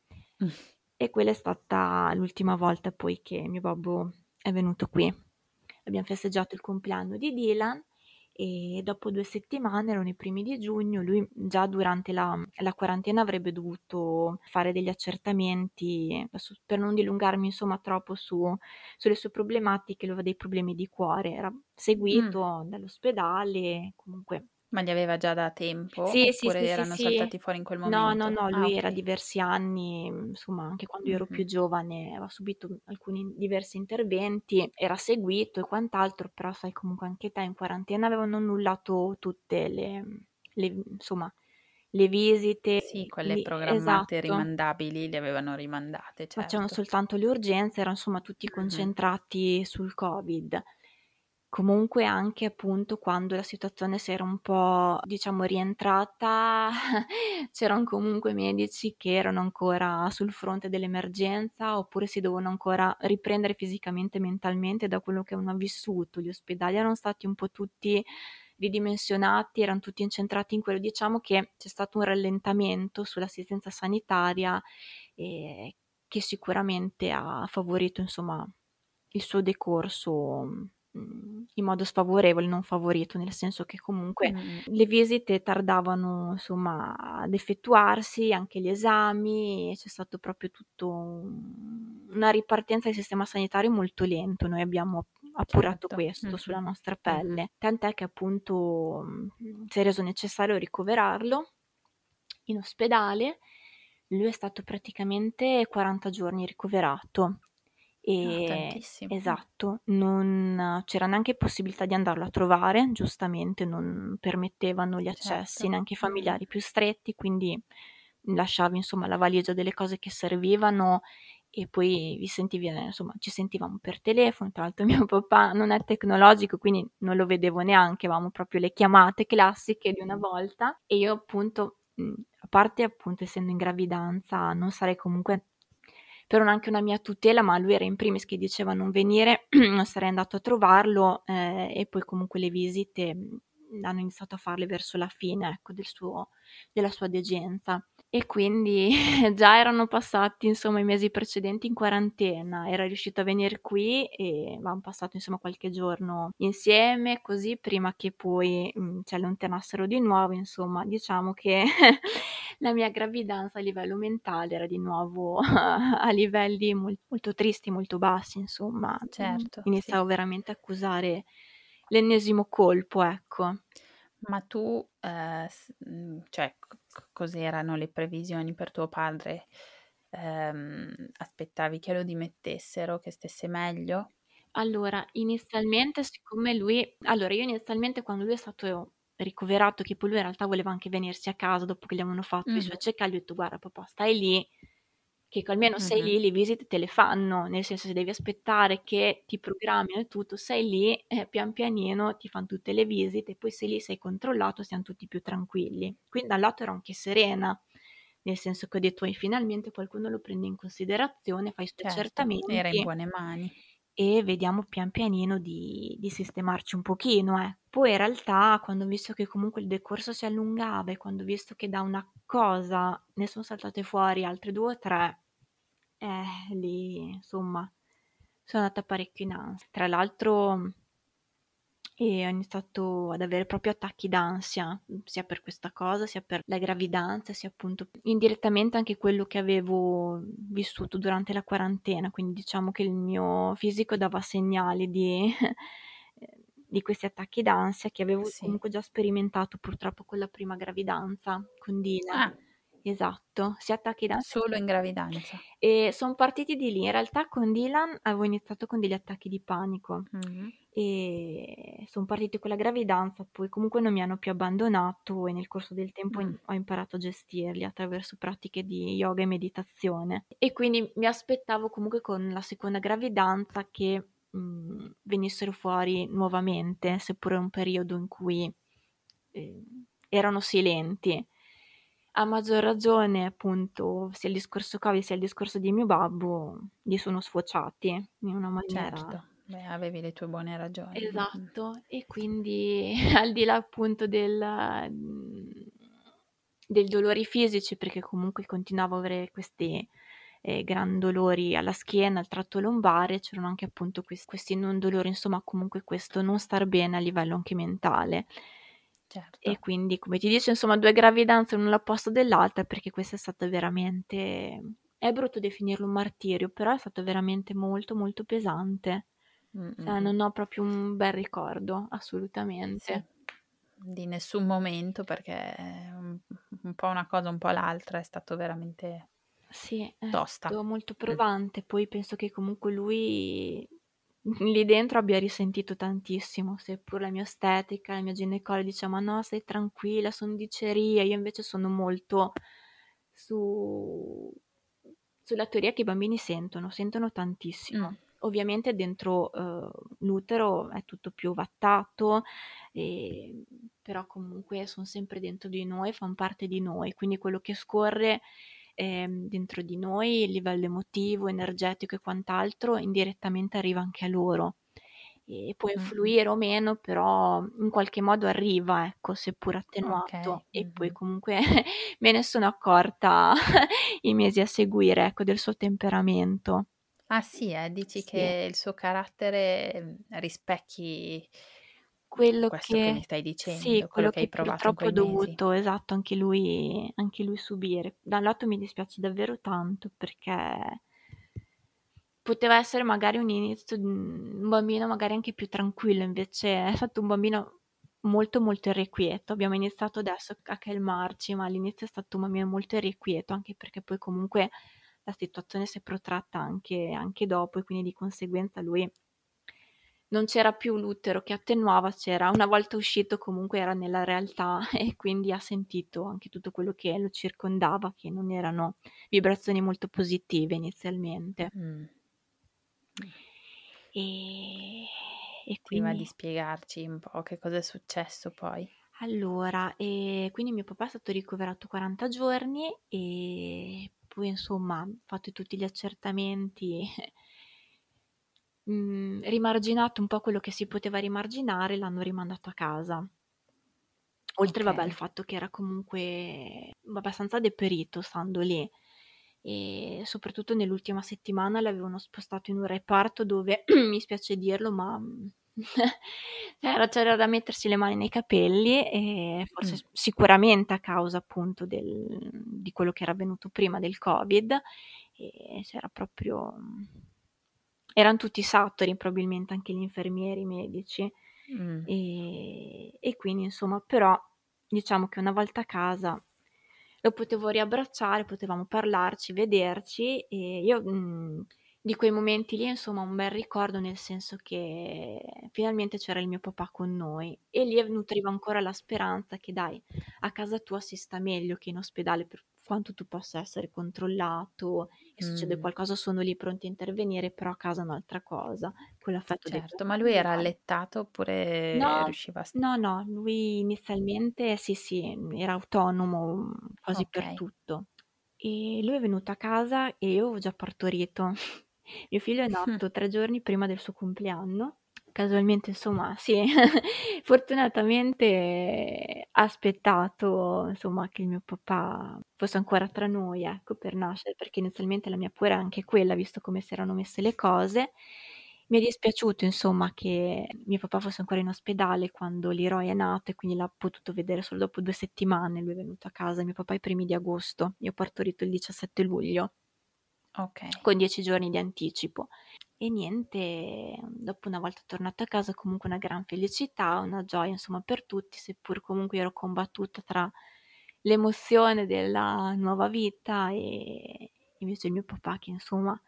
E quella è stata l'ultima volta poi che mio babbo è venuto qui. Abbiamo festeggiato il compleanno di Dylan e dopo 2 settimane, erano i primi di giugno, lui già durante la quarantena avrebbe dovuto fare degli accertamenti, adesso, per non dilungarmi insomma troppo sulle sue problematiche, lui aveva dei problemi di cuore, era seguito dall'ospedale, comunque. Ma li aveva già da tempo? Sì, Oppure erano saltati fuori in quel momento? No, lui era Ok. diversi anni, insomma, anche quando io ero più giovane, aveva subito alcuni diversi interventi, era seguito e quant'altro, però sai, comunque anche te in quarantena avevano annullato tutte insomma, le visite. Sì, quelle Esatto. programmate, rimandabili, le avevano rimandate, Facevano certo. soltanto le urgenze, erano insomma tutti concentrati sul Covid. Comunque anche appunto quando la situazione si era un po', diciamo, rientrata, c'eran comunque medici che erano ancora sul fronte dell'emergenza, oppure si dovevano ancora riprendere fisicamente e mentalmente da quello che avevano vissuto. Gli ospedali erano stati un po' tutti ridimensionati, eran tutti incentrati in quello. Diciamo che c'è stato un rallentamento sull'assistenza sanitaria, che sicuramente ha favorito, insomma, il suo decorso in modo sfavorevole, non favorito, nel senso che comunque le visite tardavano, insomma, ad effettuarsi, anche gli esami, c'è stato proprio tutto una ripartenza del sistema sanitario molto lento. Noi abbiamo appurato Certo. questo sulla nostra pelle, tant'è che appunto si è reso necessario ricoverarlo in ospedale. Lui è stato praticamente 40 giorni ricoverato. Tantissimo. Esatto, non c'era neanche possibilità di andarlo a trovare, giustamente non permettevano gli accessi, Certo. neanche i familiari più stretti, quindi lasciavi insomma la valigia delle cose che servivano e poi insomma, ci sentivamo per telefono. Tra l'altro mio papà non è tecnologico, quindi non lo vedevo neanche, avevamo proprio le chiamate classiche di una volta, e io appunto, a parte appunto essendo in gravidanza, non sarei comunque per anche una mia tutela, ma lui era in primis che diceva non venire, non sarei andato a trovarlo, e poi comunque le visite hanno iniziato a farle verso la fine, ecco, della sua degenza. E quindi già erano passati, insomma, i mesi precedenti in quarantena, era riuscito a venire qui e avevamo passato, insomma, qualche giorno insieme, così, prima che poi ci allontanassero di nuovo. Insomma, diciamo che la mia gravidanza a livello mentale era di nuovo a livelli molto tristi, molto bassi, insomma. Certo, Iniziavo sì. veramente a accusare l'ennesimo colpo, ecco. Ma tu, cioè cos'erano le previsioni per tuo padre? Aspettavi che lo dimettessero, che stesse meglio? Allora, inizialmente siccome io inizialmente quando lui è stato ricoverato, che poi lui in realtà voleva anche venirsi a casa dopo che gli avevano fatto i suoi check-up, gli ho detto: "Guarda papà, stai lì, che almeno sei lì, le visite te le fanno, nel senso, se devi aspettare che ti programmino e tutto, sei lì, pian pianino ti fan tutte le visite, poi sei lì, sei controllato, siam tutti più tranquilli". Quindi da un lato ero anche serena, nel senso che ho detto: finalmente qualcuno lo prende in considerazione, fa i suoi Certo, era in accertamenti buone mani. e vediamo pian pianino di sistemarci un pochino, Poi in realtà, quando ho visto che comunque il decorso si allungava e quando ho visto che da una cosa ne son saltate fuori altre 2 o 3, lì insomma sono andata parecchio in ansia. Tra l'altro, ho iniziato ad avere proprio attacchi d'ansia, sia per questa cosa, sia per la gravidanza, sia appunto indirettamente anche quello che avevo vissuto durante la quarantena. Quindi diciamo che il mio fisico dava segnali di questi attacchi d'ansia che avevo Sì. comunque già sperimentato purtroppo con la prima gravidanza, con Dylan. Ah, Esatto, sia attacchi d'ansia solo in gravidanza. e son partiti di lì. In realtà con Dylan avevo iniziato con degli attacchi di panico Mh-mh. e son partiti con la gravidanza, poi comunque non mi hanno più abbandonato e nel corso del tempo ho imparato a gestirli attraverso pratiche di yoga e meditazione. E quindi mi aspettavo comunque con la seconda gravidanza che venissero fuori nuovamente, seppure un periodo in cui erano silenti. A maggior ragione, appunto, sia il discorso Covid sia il discorso di mio babbo, gli sono sfociati in una maniera. Certo, beh, avevi le tue buone ragioni. Esatto, e quindi al di là appunto del dolori fisici, perché comunque continuavo a avere questi gran dolori alla schiena, al tratto lombare, c'erano anche appunto questi non dolori, insomma comunque questo non star bene a livello anche mentale. Certo. E quindi, come ti dice, insomma 2 gravidanze l'una al posto dell'altra, perché questa è stata veramente, è brutto definirlo un martirio, però è stato veramente molto, molto pesante. Cioè non ho proprio un bel ricordo, Sì, assolutamente. di nessun momento perché un po' una cosa, un po' l'altra, è stato veramente Sì, è tosta. stato molto provante. Poi penso che comunque lui lì dentro abbia risentito tantissimo, seppur la mia ostetrica, la mia ginecologa diceva: "Ma no, stai tranquilla, son dicerie". Io invece sono molto su sulla teoria che i bambini sentono tantissimo. ovviamente dentro l'utero è tutto più ovattato, però comunque sono sempre dentro di noi, fanno parte di noi, quindi quello che scorre dentro di noi, il livello emotivo, energetico e quant'altro, indirettamente arriva anche a loro. E può influire o meno, però in qualche modo arriva, ecco, seppur attenuato. Ok. E poi comunque me ne sono accorta i mesi a seguire, ecco, del suo temperamento. Ah sì, dici Sì. che il suo carattere rispecchi Quello questo che mi che stai sì, dicendo, quello quello che hai che provato in purtroppo ho quei mesi. dovuto, esatto, anche lui subire. Da un lato mi dispiace davvero tanto perché poteva essere magari un inizio di un bambino magari anche più tranquillo, invece è stato un bambino molto, molto irrequieto. Abbiamo iniziato adesso a calmarci, ma all'inizio è stato un bambino molto irrequieto, anche perché poi comunque la situazione si è protratta anche dopo e quindi di conseguenza lui non c'era più l'utero che attenuava, c'era una volta uscito comunque era nella realtà e quindi ha sentito anche tutto quello che lo circondava, che non erano vibrazioni molto positive inizialmente. Mm. E Ti va di quindi spiegarci un po' che cosa è successo poi? allora, quindi mio papà è stato ricoverato 40 giorni e poi insomma, fatti tutti gli accertamenti, rimarginato un po' quello che si poteva rimarginare, l'hanno rimandato a casa. Oltre vabbè al Ok. fatto che era comunque abbastanza deperito stando lì e soprattutto nell'ultima settimana l'avevano spostato in un reparto dove, mi spiace dirlo, ma c'era da mettersi le mani nei capelli e forse sicuramente a causa appunto di quello che era avvenuto prima del Covid e c'era proprio eran tutti saturi probabilmente anche gli infermieri, i medici. Mm. E quindi insomma, però diciamo che una volta a casa lo potevo riabbracciare, potevamo parlarci, vederci e io di quei momenti lì insomma un bel ricordo, nel senso che finalmente c'era il mio papà con noi e lì nutrivo ancora la speranza che dai, a casa tua si sta meglio che in ospedale, per quanto tu possa essere controllato e succede qualcosa sono lì pronti a intervenire, però a casa è un'altra cosa, quell'affetto dei tuoi Certo, ma lui era familiari. allettato oppure No, riusciva a... no, lui inizialmente sì, era autonomo quasi Ok. per tutto. E lui è venuto a casa e io avevo già partorito. Mio figlio è nato 3 giorni prima del suo compleanno. Casualmente, insomma, sì, fortunatamente ha aspettato, insomma, che il mio papà fosse ancora tra noi, ecco, per nascere, perché inizialmente la mia paura era anche quella, visto come si erano messe le cose. Mi è dispiaciuto, insomma, che mio papà fosse ancora in ospedale quando Leroy è nato e quindi l'ha potuto vedere solo dopo 2 settimane. Lui è venuto a casa, mio papà i primi di agosto, io ho partorito il 17 luglio, Ok. con 10 giorni di anticipo. E niente, dopo una volta tornato a casa comunque una gran felicità, una gioia insomma per tutti, seppur comunque ero combattuta tra l'emozione della nuova vita e invece il mio papà che insomma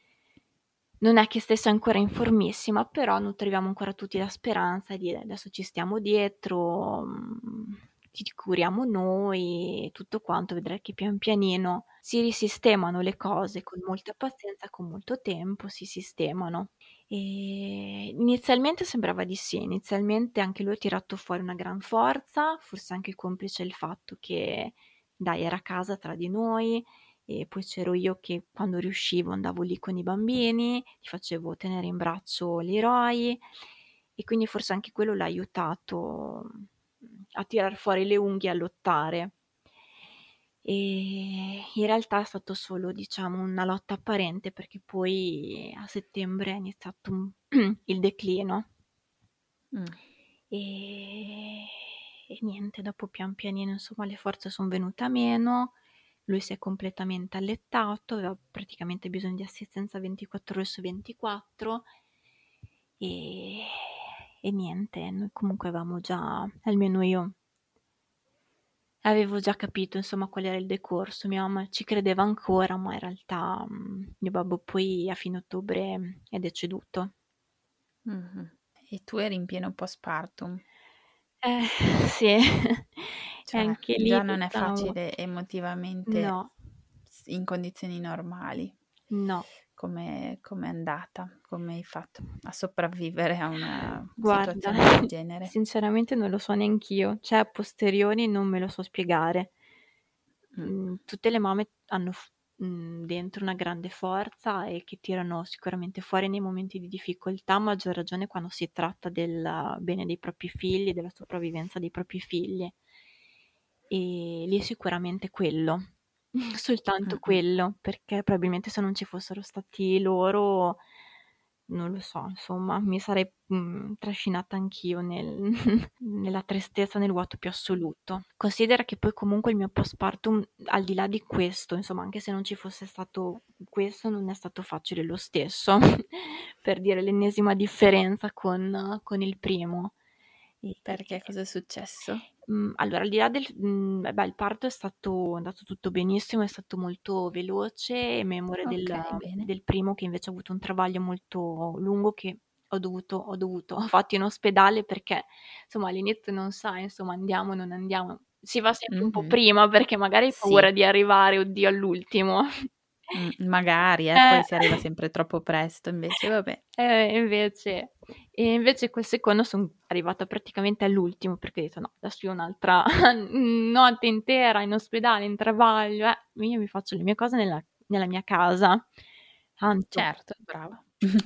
non è che stesse ancora in formissima, però nutrivamo ancora tutti la speranza di adesso ci stiamo dietro, ti curiamo noi, tutto quanto, vedrai che pian pianino si risistemano le cose con molta pazienza, con molto tempo si sistemano. Inizialmente sembrava di sì, inizialmente anche lui ha tirato fuori una gran forza, forse anche complice il fatto che, dai, era a casa tra di noi e poi c'ero io che quando riuscivo andavo lì con i bambini, gli facevo tenere in braccio Leroy e quindi forse anche quello l'ha aiutato a tirar fuori le unghie e a lottare. E in realtà è stato solo, diciamo, una lotta apparente perché poi a settembre è iniziato il declino. Mm. E niente, dopo pian pianino, insomma, le forze son venute a meno, lui si è completamente allettato, aveva praticamente bisogno di assistenza 24 ore su 24 e e niente, noi comunque avevamo già almeno io avevo già capito insomma qual era il decorso. Mia mamma ci credeva ancora, ma in realtà, mio babbo poi a fine ottobre è deceduto. Mhm. E tu eri in pieno postpartum, Eh, sì, e cioè anche lì già non è diciamo facile emotivamente no, in condizioni normali. no. Com'è andata? Come hai fatto a sopravvivere a una Guarda, situazione del genere? sinceramente non lo so neanch'io, cioè a posteriori non me lo so spiegare. Mh. Tutte le mamme hanno dentro una grande forza e che tirano sicuramente fuori nei momenti di difficoltà, a maggior ragione quando si tratta del bene dei propri figli, della sopravvivenza dei propri figli. E lì è sicuramente quello, soltanto Mh-mh. quello, perché probabilmente se non ci fossero stati loro, non lo so, insomma, mi sarei trascinata anch'io nella tristezza, nel vuoto più assoluto. Considera che poi comunque il mio postpartum, al di là di questo, insomma, anche se non ci fosse stato questo, non è stato facile lo stesso, per dire l'ennesima differenza con il primo. Perché cosa è successo? Allora, al di là beh, il parto è stato andato tutto benissimo, è stato molto veloce, memore Okay, bene. del primo che invece ha avuto un travaglio molto lungo che ho fatto in ospedale perché, insomma, all'inizio non sai, insomma, andiamo, non andiamo. Si va sempre un po' Mh-mh. prima perché magari hai Sì, paura di arrivare, oddio, all'ultimo. magari, poi si arriva sempre troppo presto, invece vabbè. Invece invece col secondo son arrivata praticamente all'ultimo perché ho detto: "No, adesso io un'altra notte intera in ospedale, in travaglio, io mi faccio le mie cose nella mia casa." Tanto. Certo, brava.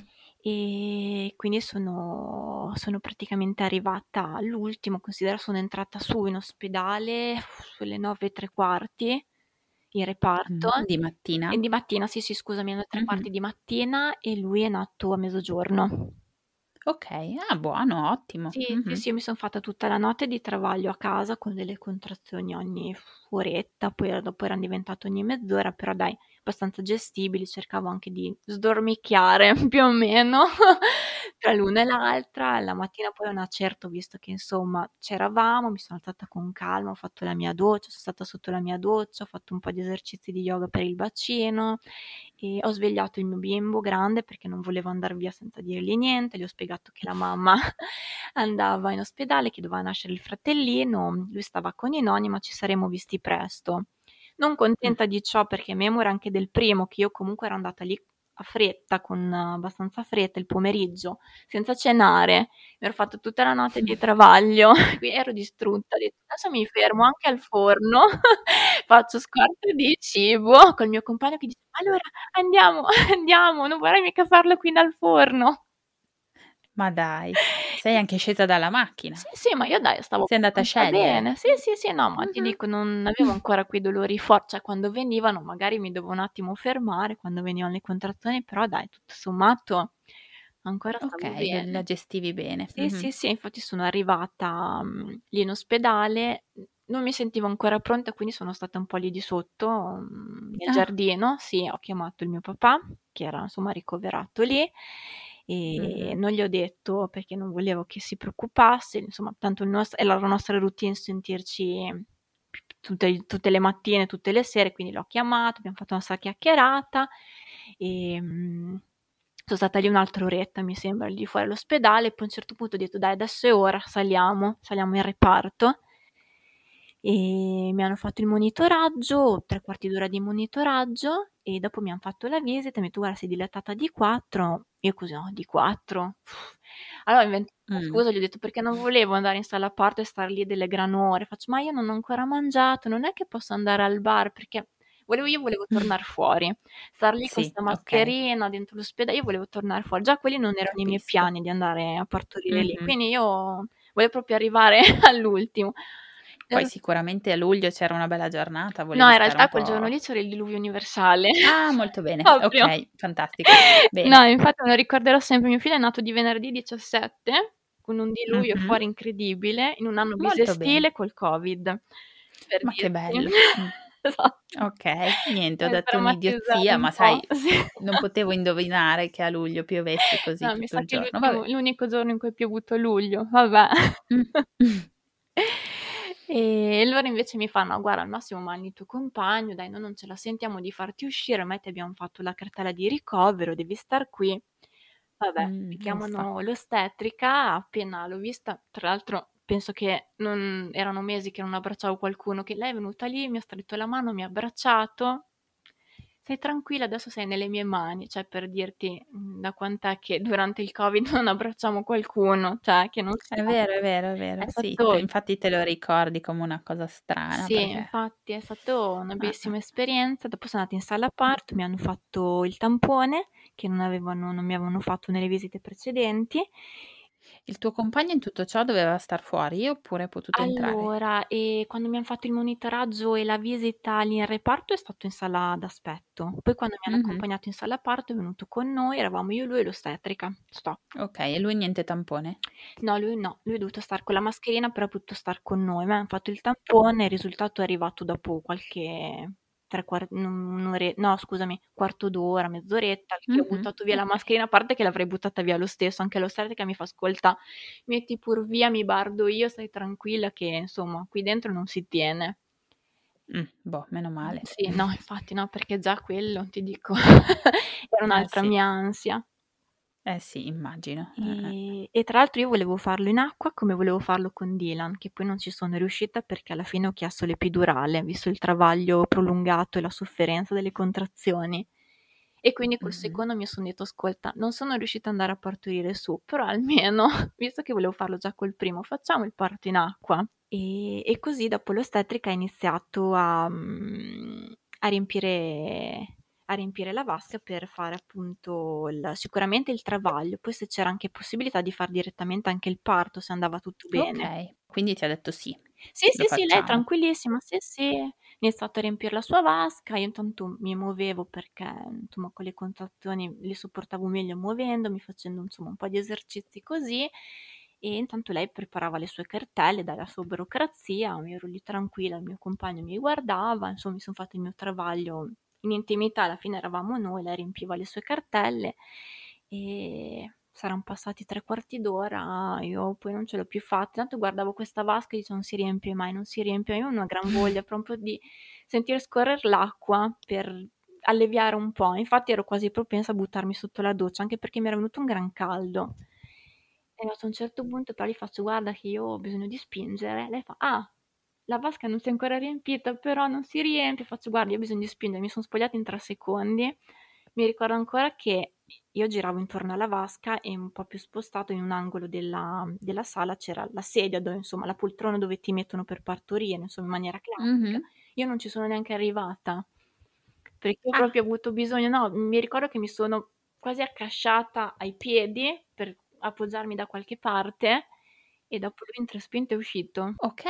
E quindi sono praticamente arrivata all'ultimo. Considera sono entrata su in ospedale sulle 9:15 in reparto Di mattina? e di mattina, sì, sì, scusami, alle Mh-mh. 3:15 di mattina e lui è nato a mezzogiorno. Okay, buono, ottimo. Sì, sì, Mh-mh. sì, io mi son fatta tutta la notte di travaglio a casa con delle contrazioni ogni oretta, poi dopo eran diventate ogni mezz'ora, però dai, abbastanza gestibili, cercavo anche di sdormicchiare più o meno tra l'una e l'altra. La mattina poi a una certa ho visto che insomma c'eravamo, mi sono alzata con calma, ho fatto la mia doccia, son stata sotto la mia doccia, ho fatto un po' di esercizi di yoga per il bacino e ho svegliato il mio bimbo grande perché non volevo andar via senza dirgli niente, gli ho spiegato che la mamma andava in ospedale, che doveva nascere il fratellino, lui stava con i nonni, ma ci saremmo visti presto. Non Mh. contenta di ciò perché memore anche del primo, che io comunque ero andata lì a fretta, con abbastanza fretta il pomeriggio, senza cenare, mi ero fatto tutta la notte di travaglio, qui ero distrutta, ho detto: "Adesso mi fermo anche al forno, faccio scorta di cibo", col mio compagno che dice: "Allora andiamo, andiamo, non vorrai mica farlo qui dal forno". Ma dai, sei anche scesa dalla macchina? Sì, sì, ma io dai stavo Sei andata a abbastanza scegliere? bene. Sì, sì, sì, no, ma ti Mh-mh. dico non avevo ancora quei dolori cioè quando venivano magari mi dovevo un attimo fermare, quando venivano le contrazioni, però dai, tutto sommato ancora stavo Okay, la bene. gestivi bene. Sì, Mh-mh. sì, sì, infatti sono arrivata, lì in ospedale, non mi sentivo ancora pronta, quindi sono stata un po' lì di sotto, nel Ah. giardino. Sì, ho chiamato il mio papà, che era insomma ricoverato lì, e Mh-mh. non gli ho detto perché non volevo che si preoccupasse, insomma tanto è la nostra routine sentirci tutte le mattine, tutte le sere, quindi l'ho chiamato, abbiam fatto una 'sta chiacchierata, son stata lì un'altra oretta mi sembra, lì fuori all'ospedale, poi a un certo punto ho detto: "Dai adesso è ora, saliamo in reparto." Mi hanno fatto il monitoraggio, 3/4 d'ora di monitoraggio e dopo mi han fatto la visita, mi han detto: "Guarda sei dilatata di 4." Io così: "No, di 4?" Allora ho inventato una Mh. scusa, gli ho detto: "Perché non volevo andare in sala parto e star lì delle gran ore." Faccio: "Ma io non ho ancora mangiato, non è che posso andare al bar." Perché volevo tornar fuori, star lì con Sì, 'sta okay, mascherina dentro io volevo tornare fuori. Già quelli non erano i miei capisco. piani di andare a partorire lì, Mh-mh. quindi io volevo proprio arrivare all'ultimo. Poi Ero sicuramente a luglio c'era una bella giornata, No, volevi in stare un realtà quel po'. giorno lì c'era il diluvio universale. Molto bene, Proprio. okay, fantastico. No, Bene. infatti me lo ricorderò sempre. Mio figlio è nato di venerdì 17, con un diluvio Mh-mh. fuori incredibile, in un anno Molto bene. bisestile col Covid, per Ma che dirti. bello. Esatto. Okay, niente, ho Mi hai detto traumatizzata un'idiozia, un ma po', sai, sì. non potevo indovinare che a luglio piovesse così No, mi tutto sa il che giorno. Vabbè. l'unico giorno in cui è piovuto a luglio, vabbè. Mh. E loro invece mi fanno: "Guarda al massimo mandi il tuo compagno, dai noi non ce la sentiamo di farti uscire, ormai ti abbiam fatto la cartella di ricovero, devi star qui." Vabbè, mi Uffa. chiamano l'ostetrica, appena l'ho vista tra l'altro penso che non erano mesi che non abbracciavo qualcuno, che lei è venuta lì, mi ha stretto la mano, mi ha abbracciato. stai tranquilla, adesso sei nelle mie mani, cioè per dirti da quant'è che durante il Covid non abbracciamo qualcuno, cioè che non È sia... vero, è vero, è È vero. Sì, stato... infatti te lo ricordi come una cosa strana Sì, perché... infatti è stata una Ah, bellissima esperienza. Dopo sono andata in sala parto, mi hanno fatto il tampone che non mi avevano fatto nelle visite precedenti. Il tuo compagno in tutto ciò doveva star fuori oppure è potuto entrare? Allora, quando mi han fatto il monitoraggio e la visita lì in reparto è stato in sala d'aspetto. Poi quando mi hanno Mhm. accompagnato in sala parto è venuto con noi, eravamo io, lui e l'ostetrica. Stop. Ok, e lui niente tampone? No, lui è dovuto star con la mascherina, però ha potuto star con noi. Mi han fatto il tampone, il risultato è arrivato dopo qualche no, scusami, quarto d'ora, mezz'oretta, che ho Mhm, buttato via la ok. mascherina, a parte che l'avrei buttata via lo stesso, anche l'ostetrica mi fa: "Ascolta, metti pur via, mi bardo io, stai tranquilla che insomma qui dentro non si tiene". Boh, meno male. Sì, no, infatti no, perché già quello, ti dico, era un'altra Sì, mia ansia. sì, immagino. E tra l'altro io volevo farlo in acqua come volevo farlo con Dylan, che poi non ci sono riuscita perché alla fine ho chiesto l'epidurale, visto il travaglio prolungato e la sofferenza delle contrazioni. E quindi col Mhm. secondo mi sono detto: ascolta, non sono riuscita ad andare a partorire su, però almeno, visto che volevo farlo già col primo, facciamo il parto in acqua. E così dopo l'ostetrica ha iniziato a riempire la vasca per fare appunto sicuramente il travaglio, poi se c'era anche possibilità di far direttamente anche il parto, se andava tutto bene. Ok, quindi ti ha detto sì, Sì, lo sì, sì, lei facciamo. tranquillissima, sì, sì. Ha iniziato a riempire la sua vasca, io intanto mi muovevo perché insomma con le contrazioni le sopportavo meglio muovendomi, facendo insomma un po' di esercizi così, e intanto lei preparava le sue cartelle dalla sua burocrazia, mi ero lì tranquilla, il mio compagno mi guardava, insomma mi sono fatto il mio travaglio in intimità, alla fine eravamo noi, lei riempiva le sue cartelle e saran passati 3/4 d'ora, io poi non ce l'ho più fatta, tanto guardavo questa vasca e dicevo: "Non si riempie mai, non si riempie mai". Io ho una gran voglia proprio di sentire scorrer l'acqua per alleviare un po'. Infatti ero quasi propensa a buttarmi sotto la doccia, anche perché mi era venuto un gran caldo. E a un certo punto però gli faccio: "Guarda che io ho bisogno di spingere". Lei fa: "Ah, la vasca non si è ancora riempita, però non si riempie". Faccio: "Guardi, io ho bisogno di spingere". Mi son spogliata in 3 secondi. Mi ricordo ancora che io giravo intorno alla vasca e un po' più spostato in un angolo della sala c'era la sedia dove insomma la poltrona dove ti mettono per partorire, insomma in maniera classica. Mhm. Io non ci sono neanche arrivata, perché io Ah, proprio ho avuto bisogno, no, mi ricordo che mi sono quasi accasciata ai piedi per appoggiarmi da qualche parte e dopo lui in 3 spinte è uscito. ok.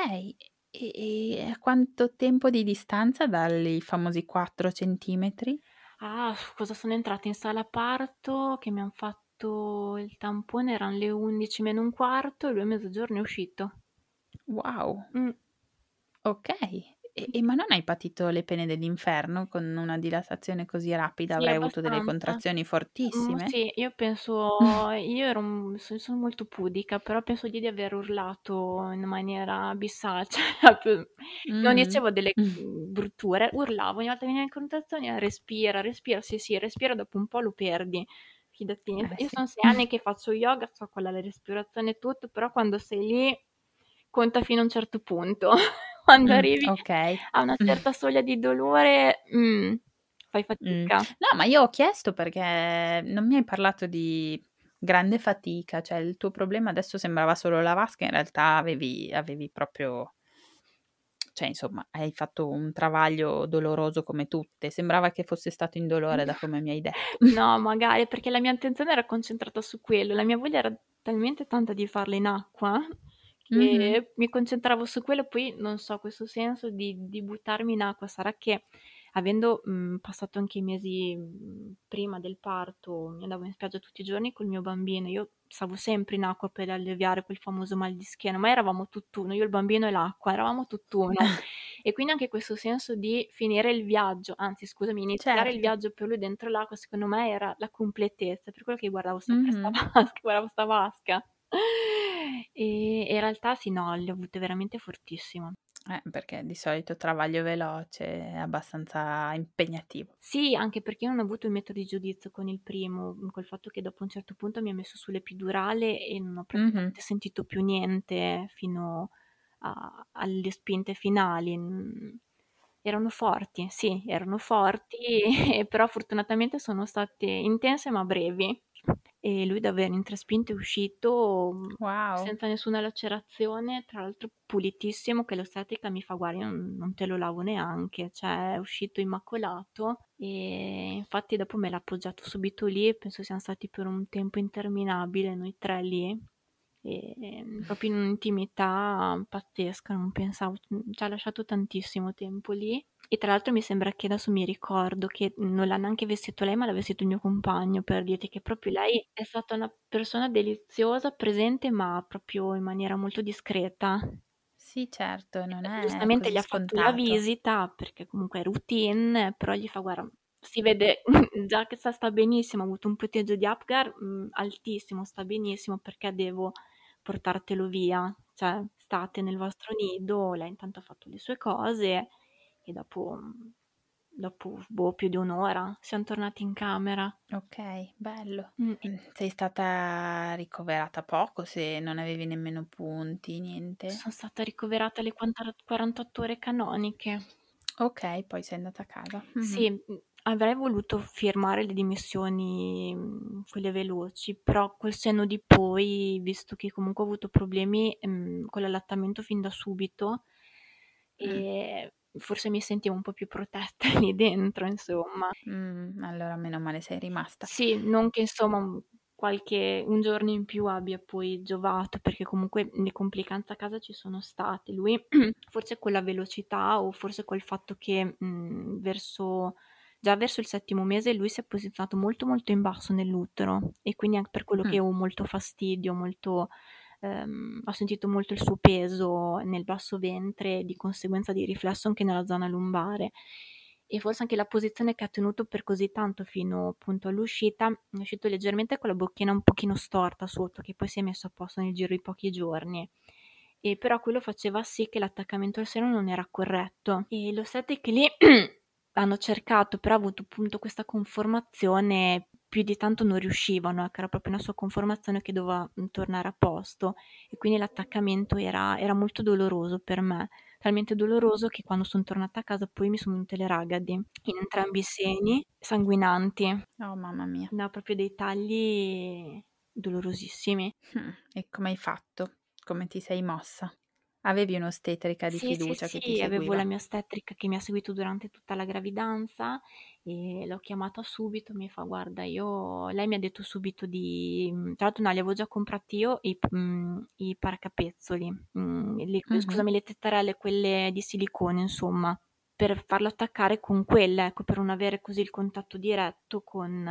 E a quanto tempo di distanza dai famosi 4 centimetri? Ah, cosa sono entrata in sala parto che mi han fatto il tampone, eran le 11 meno un quarto e lui a mezzogiorno è uscito. Wow, Mh. ok. Ma non hai patito le pene dell'inferno con una dilatazione così rapida? Sì, Avrai avuto delle abbastanza. contrazioni fortissime? Sì, io penso, io ero sono molto pudica, però penso di aver urlato in maniera abissale, cioè proprio non Mhm. dicevo delle, brutture, urlavo, ogni volta che veniva in connotazione: "Respira, respira", sì, sì, respira, dopo un po' lo perdi, fidati. Io Sì. son 6 anni che faccio yoga, so qual è la respirazione e tutto, però quando sei lì conta fino a un certo punto. Quando arrivi Ok. a una certa soglia di dolore, fai Mh. fatica. No, ma io ho chiesto perché non mi hai parlato di grande fatica, cioè il tuo problema adesso sembrava solo la vasca, in realtà avevi proprio cioè insomma, hai fatto un travaglio doloroso come tutte. Sembrava che fosse stato indolore da come mi hai detto. No, magari, perché la mia attenzione era concentrata su quello. La mia voglia era talmente tanta di farla in acqua, Mh-mh. che mi concentravo su quello, poi non so, questo senso di buttarmi in acqua. Sarà che avendo, passato anche i mesi, prima del parto, mi andavo in spiaggia tutti i giorni col mio bambino, io stavo sempre in acqua per alleviare quel famoso mal di schiena, ma eravamo tutt'uno, io il bambino e l'acqua, eravamo tutt'uno. E quindi anche questo senso di finire il viaggio, anzi scusami, iniziare il Certo. viaggio per lui dentro l'acqua, secondo me era la completezza, per quello che guardavo sempre sta Mh-mh. vasca, guardavo sta vasca. E in realtà sì, no, le ho avute veramente fortissimo. Perché di solito travaglio veloce è abbastanza impegnativo. Sì, anche perché io non ho avuto il metodo di giudizio con il primo, col fatto che dopo un certo punto mi ha messo sull'epidurale e non ho Mh-mh. praticamente sentito più niente fino alle spinte finali. Erano forti, sì, erano forti, però fortunatamente sono state intense ma brevi. E lui davvero in 3 spinte è uscito Wow. senza nessuna lacerazione, tra l'altro pulitissimo, che l'ostetrica mi fa: "Guarda, io non te lo lavo neanche", cioè è uscito immacolato, e infatti dopo me l'ha appoggiato subito lì e penso siam stati per un tempo interminabile noi 3 lì, proprio in un'intimità pazzesca, non pensavo, ci ha lasciato tantissimo tempo lì. E tra l'altro mi sembra che adesso mi ricordo che non l'ha neanche vestito lei, ma l'ha vestito il mio compagno, per dirti che proprio lei è stata una persona deliziosa, presente, ma proprio in maniera molto discreta. Sì, certo, non è Giustamente così gli ha fatto la scontato. visita perché comunque è routine, però gli fa: "Guarda, si vede già che sta benissimo, ha avuto un punteggio di Apgar altissimo, sta benissimo, perché devo portartelo via? Cioè, state nel vostro nido". Lei intanto ha fatto le sue cose e dopo boh, più di un'ora siamo tornati in camera. Ok, bello. Mm. Sei stata ricoverata poco se non avevi nemmeno punti, niente? Sono stata ricoverata le 48 ore canoniche. Ok, poi sei andata a casa. Mhm. Sì, avrei voluto firmare le dimissioni, quelle veloci, però col senno di poi, visto che comunque ho avuto problemi, con l'allattamento fin da subito, Mm. forse mi sentivo un po' più protetta lì dentro, insomma. Allora meno male sei rimasta. Sì, non che insomma un giorno in più abbia poi giovato, perché comunque le complicanze a casa ci sono state. Lui forse con la velocità o forse col fatto che già verso il 7° mese lui si è posizionato molto molto in basso nell'utero, e quindi anche per quello che Mm. avevo molto fastidio, ho sentito molto il suo peso nel basso ventre, di conseguenza di riflesso anche nella zona lombare. E forse anche la posizione che ha tenuto per così tanto fino appunto all'uscita, è uscito leggermente con la bocchina un pochino storta sotto, che poi si è messo a posto nel giro di pochi giorni. E però quello faceva sì che l'attaccamento al seno non era corretto. E lo state che lì hanno cercato, però ha avuto appunto questa conformazione, più di tanto non riuscivano, che era proprio una sua conformazione che doveva tornare a posto, e quindi l'attaccamento era molto doloroso per me, talmente doloroso che quando sono tornata a casa poi mi sono venute le ragadi in entrambi i seni, sanguinanti, Oh mamma mia. no, proprio dei tagli dolorosissimi. E come hai fatto? Come ti sei mossa? Avevi un'ostetrica di Sì, sì, fiducia che ti sì, avevo la seguiva? mia ostetrica che mi ha seguito durante tutta la gravidanza, e l'ho chiamata subito, mi fa: "Guarda, lei mi ha detto subito tra l'altro no, li avevo già comprati io i paracapezzoli, Mhm. scusami, le tettarelle, quelle di silicone, insomma, per farlo attaccare con quelle, ecco, per non avere così il contatto diretto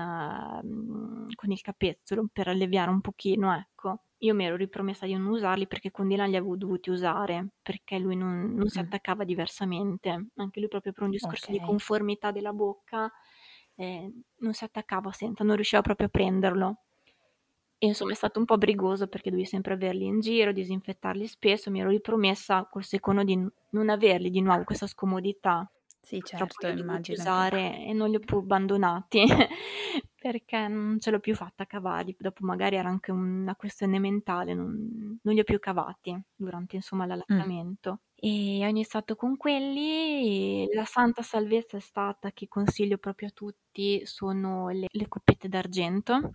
con il capezzolo, per alleviare un pochino, ecco. Io mi ero ripromessa di non usarli perché con Dylan li avevo dovuti usare, perché lui non si Mm. attaccava diversamente. Anche lui proprio per un discorso di Ok. conformità della bocca, non si attaccava senza, non riusciva proprio a prenderlo. E insomma è stato un po' brigoso perché dovevi sempre averli in giro, disinfettarli spesso. Mi ero ripromessa col secondo di non averli di nuovo questa scomodità. Sì, Purtroppo certo, li ho dovuti immagino che... usare e non li ho più abbandonati perché non ce l'ho più fatta a cavarli. Dopo magari era anche una questione mentale, non li ho più cavati durante insomma Mm. l'allattamento. E ho iniziato con quelli. La santa salvezza è stata, che consiglio proprio a tutti, sono le coppette d'argento.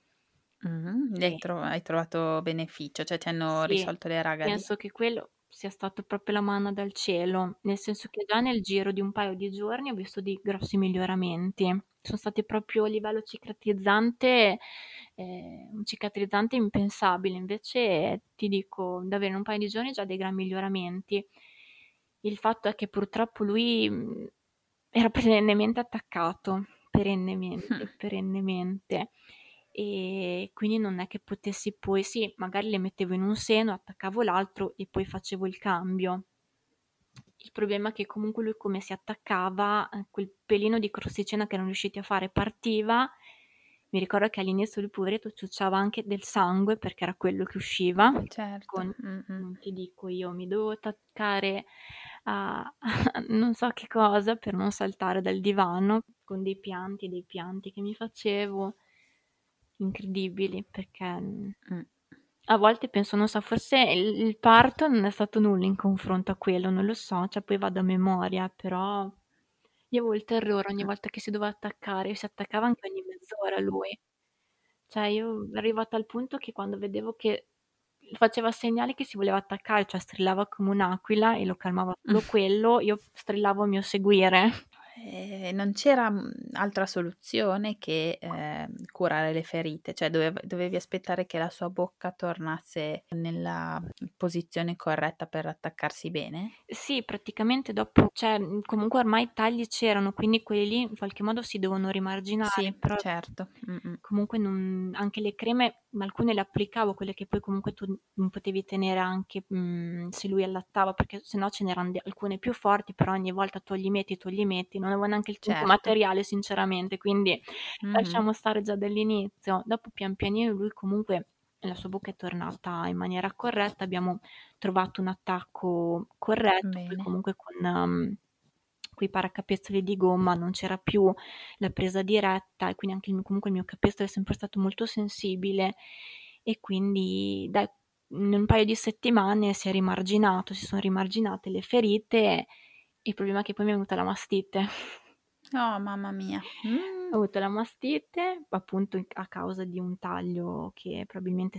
E Hai trovato beneficio, cioè ti hanno sì, risolto le ragadi? penso che quello sia stato proprio la manna dal cielo, nel senso che già nel giro di un paio di giorni ho visto dei grossi miglioramenti. Sono stati proprio a livello cicatrizzante, un cicatrizzante impensabile. Invece ti dico, davvero in un paio di giorni già dei gran miglioramenti. Il fatto è che purtroppo lui era perennemente attaccato, perennemente, perennemente. E quindi non è che potessi poi, sì, magari le mettevo in un seno, attaccavo l'altro e poi facevo il cambio. Il problema è che comunque lui, come si attaccava, quel pelino di crosticina che erano riusciti a fare partiva. Mi ricordo che all'inizio lui, poveretto, ciucciava anche del sangue perché era quello che usciva. Certo. Con, Mm-mm. non ti dico, io mi dovevo attaccare a non so che cosa per non saltare dal divano, con dei pianti che mi facevo incredibili, perché Mm. A volte penso, non so, forse il parto non è stato nulla in confronto a quello, non lo so, cioè poi vado a memoria, però io avevo il terrore ogni volta che si doveva attaccare, si attaccava anche ogni mezz'ora lui. Cioè io ero arrivata al punto che quando vedevo che faceva segnali che si voleva attaccare, cioè strillava come un'aquila e lo calmava solo quello, io strillavo a mio seguire. Non c'era altra soluzione che curare le ferite, cioè dovevi aspettare che la sua bocca tornasse nella posizione corretta per attaccarsi bene? Sì, praticamente dopo, cioè comunque ormai i tagli c'erano, quindi quelli lì in qualche modo si devono rimarginare, Sì, però certo. comunque anche le creme, alcune le applicavo, quelle che poi comunque tu non potevi tenere anche se lui allattava, perché sennò ce n'erano alcune più forti, però ogni volta togli metti, non avevo neanche il tempo Certo. materiale sinceramente, quindi Mhm. lasciamo stare già dall'inizio. Dopo pian pianino lui comunque la sua bocca è tornata in maniera corretta, abbiamo trovato un attacco corretto, poi Bene. comunque con quei paracapezzoli di gomma non c'era più la presa diretta e quindi anche comunque il mio capezzolo è sempre stato molto sensibile e quindi dai, in un paio di settimane si sono rimarginate le ferite. Il problema è che poi mi è venuta la mastite. Oh, mamma mia. Ho avuto la mastite appunto a causa di un taglio che probabilmente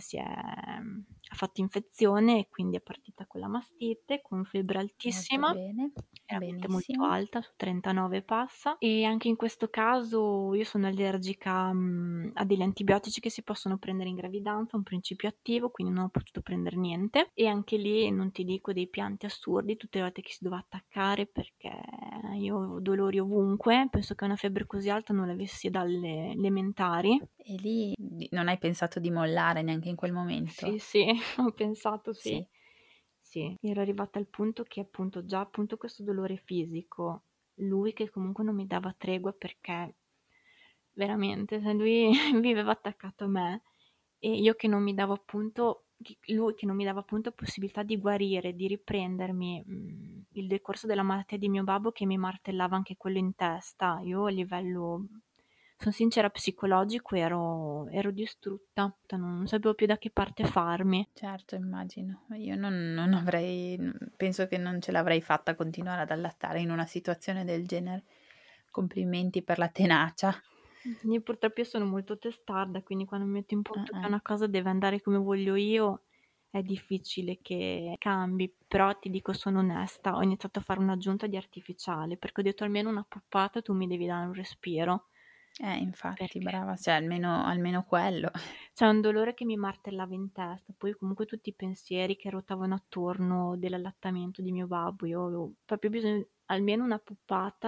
ha fatto infezione e quindi è partita con la mastite, con febbre Molto altissima, bene, veramente molto benissimo. alta, su 39 passa. E anche in questo caso io sono allergica a degli antibiotici che si possono prendere in gravidanza, un principio attivo, quindi non ho potuto prendere niente. E anche lì non ti dico dei pianti assurdi, tutte le volte che si doveva attaccare perché io avevo dolori ovunque, penso che una febbre così alta non l'avessi dalle elementari. E lì non hai pensato di mollare neanche in quel momento? Sì, ho pensato sì. Sì. Sì, ero arrivata al punto che appunto già appunto questo dolore fisico, lui che comunque non mi dava tregua perché veramente lui viveva attaccato a me e io che non mi davo appunto, lui che non mi dava appunto possibilità di guarire, di riprendermi il decorso della malattia di mio babbo che mi martellava anche quello in testa. Io a livello, sono sincera, psicologico ero distrutta, non sapevo più da che parte farmi. Certo, immagino. Io non avrei, penso che non ce l'avrei fatta a continuare ad allattare in una situazione del genere. Complimenti per la tenacia. Io purtroppo sono molto testarda, quindi quando mi metto in punto che Ah. una cosa deve andare come voglio io, è difficile che cambi, però ti dico sono onesta, ho iniziato a fare un'aggiunta di artificiale, perché ho detto almeno una poppata tu mi devi dare un respiro, Infatti, perché brava, cioè almeno quello. c'è un dolore che mi martellava in testa, poi comunque tutti i pensieri che ruotavano attorno dell'allattamento di mio babbo, io avevo proprio bisogno almeno una poppata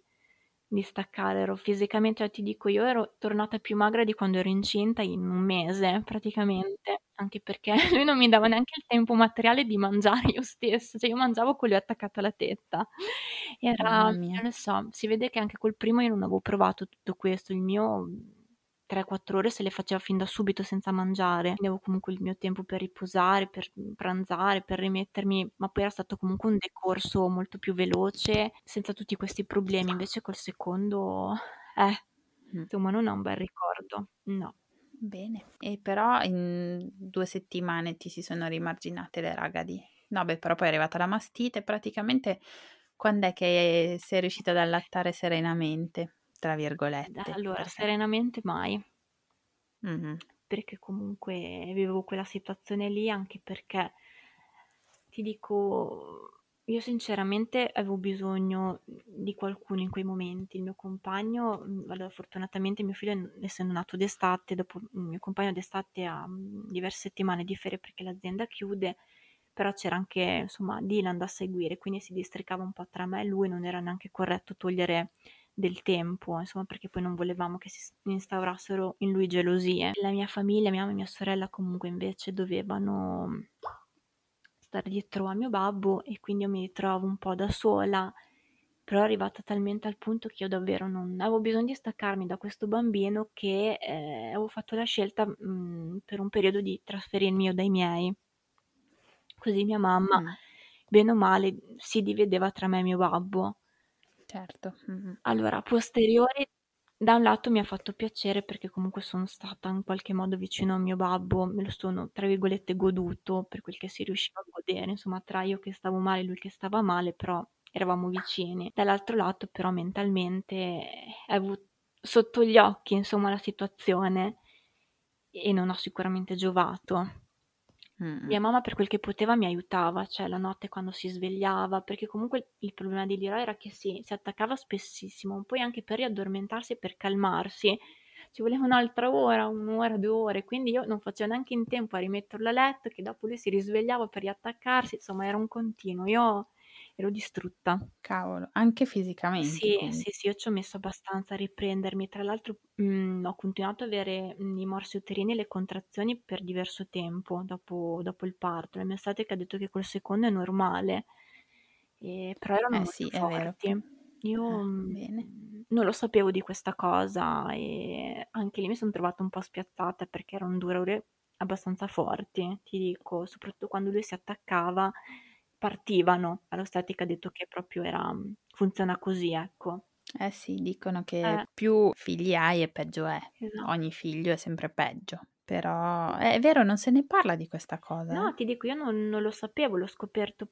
di staccare, ero fisicamente, cioè ti dico, io ero tornata più magra di quando ero incinta in un mese praticamente, anche perché lui non mi dava neanche il tempo materiale di mangiare io stessa, cioè io mangiavo con lui attaccato alla tetta. Era, Mamma non mia. lo so, si vede che anche col primo io non avevo provato tutto questo, il mio 3-4 ore se le faceva fin da subito senza mangiare, quindi avevo comunque il mio tempo per riposare, per pranzare, per rimettermi, ma poi era stato comunque un decorso molto più veloce, senza tutti questi problemi, invece col secondo, Mm. insomma non ho un bel ricordo, no. Bene. E però in 2 settimane ti si sono rimarginate le ragadi. No, beh, però poi è arrivata la mastite. Praticamente, quando è che sei riuscita ad allattare serenamente, tra virgolette? Allora, Perché... serenamente mai, Mhm. perché comunque vivevo quella situazione lì, anche perché ti dico, io sinceramente avevo bisogno di qualcuno in quei momenti. Il mio compagno, allora fortunatamente mio figlio, essendo nato d'estate, dopo il mio compagno d'estate ha diverse settimane di ferie perché l'azienda chiude, però c'era anche insomma Dylan da seguire, quindi si districava un po' tra me e lui, non era neanche corretto togliere del tempo, insomma, perché poi non volevamo che si instaurassero in lui gelosie. La mia famiglia, mia mamma e mia sorella comunque invece dovevano stare dietro a mio babbo e quindi io mi ritrovo un po' da sola, però è arrivata talmente al punto che io davvero non avevo bisogno di staccarmi da questo bambino che avevo fatto la scelta per un periodo di trasferirmi io dai miei. Così mia mamma, Mm, bene o male, si divideva tra me e mio babbo. certo. Mhm. Allora, a posteriori Da un lato mi ha fatto piacere perché comunque sono stata in qualche modo vicino a mio babbo, me lo sono, tra virgolette, "goduto" per quel che si riusciva a godere, insomma, tra io che stavo male e lui che stava male, però eravamo vicini. Dall'altro lato però mentalmente avu sotto gli occhi, insomma, la situazione e non ha sicuramente giovato. Mm. Mia mamma per quel che poteva mi aiutava, cioè la notte quando si svegliava, perché comunque il problema di Leroy era che si attaccava spessissimo, poi anche per riaddormentarsi e per calmarsi ci voleva un'altra ora, 1 ora, 2 ore, quindi io non facevo neanche in tempo a rimetterlo a letto, che dopo lui si risvegliava per riattaccarsi, insomma era un continuo, io ero distrutta. Cavolo, anche fisicamente Sì, quindi. sì, sì, io ci ho messo abbastanza a riprendermi. Tra l'altro, ho continuato ad avere, i morsi uterini e le contrazioni per diverso tempo dopo il parto. La mia ostetrica ha detto che col secondo è normale, però erano Eh molto sì, è vero. forti. Io, Bene. non lo sapevo di questa cosa e anche lì mi son trovata un po' spiazzata perché erano dolori abbastanza forti, ti dico, soprattutto quando lui si attaccava partivano. All'ostetrica ha detto che proprio era funziona così, ecco. Eh sì, dicono che Eh, più figli hai e peggio è. Ogni esatto. figlio è sempre peggio. Però è vero, non se ne parla di questa cosa, No, ti dico, io non lo sapevo, l'ho scoperto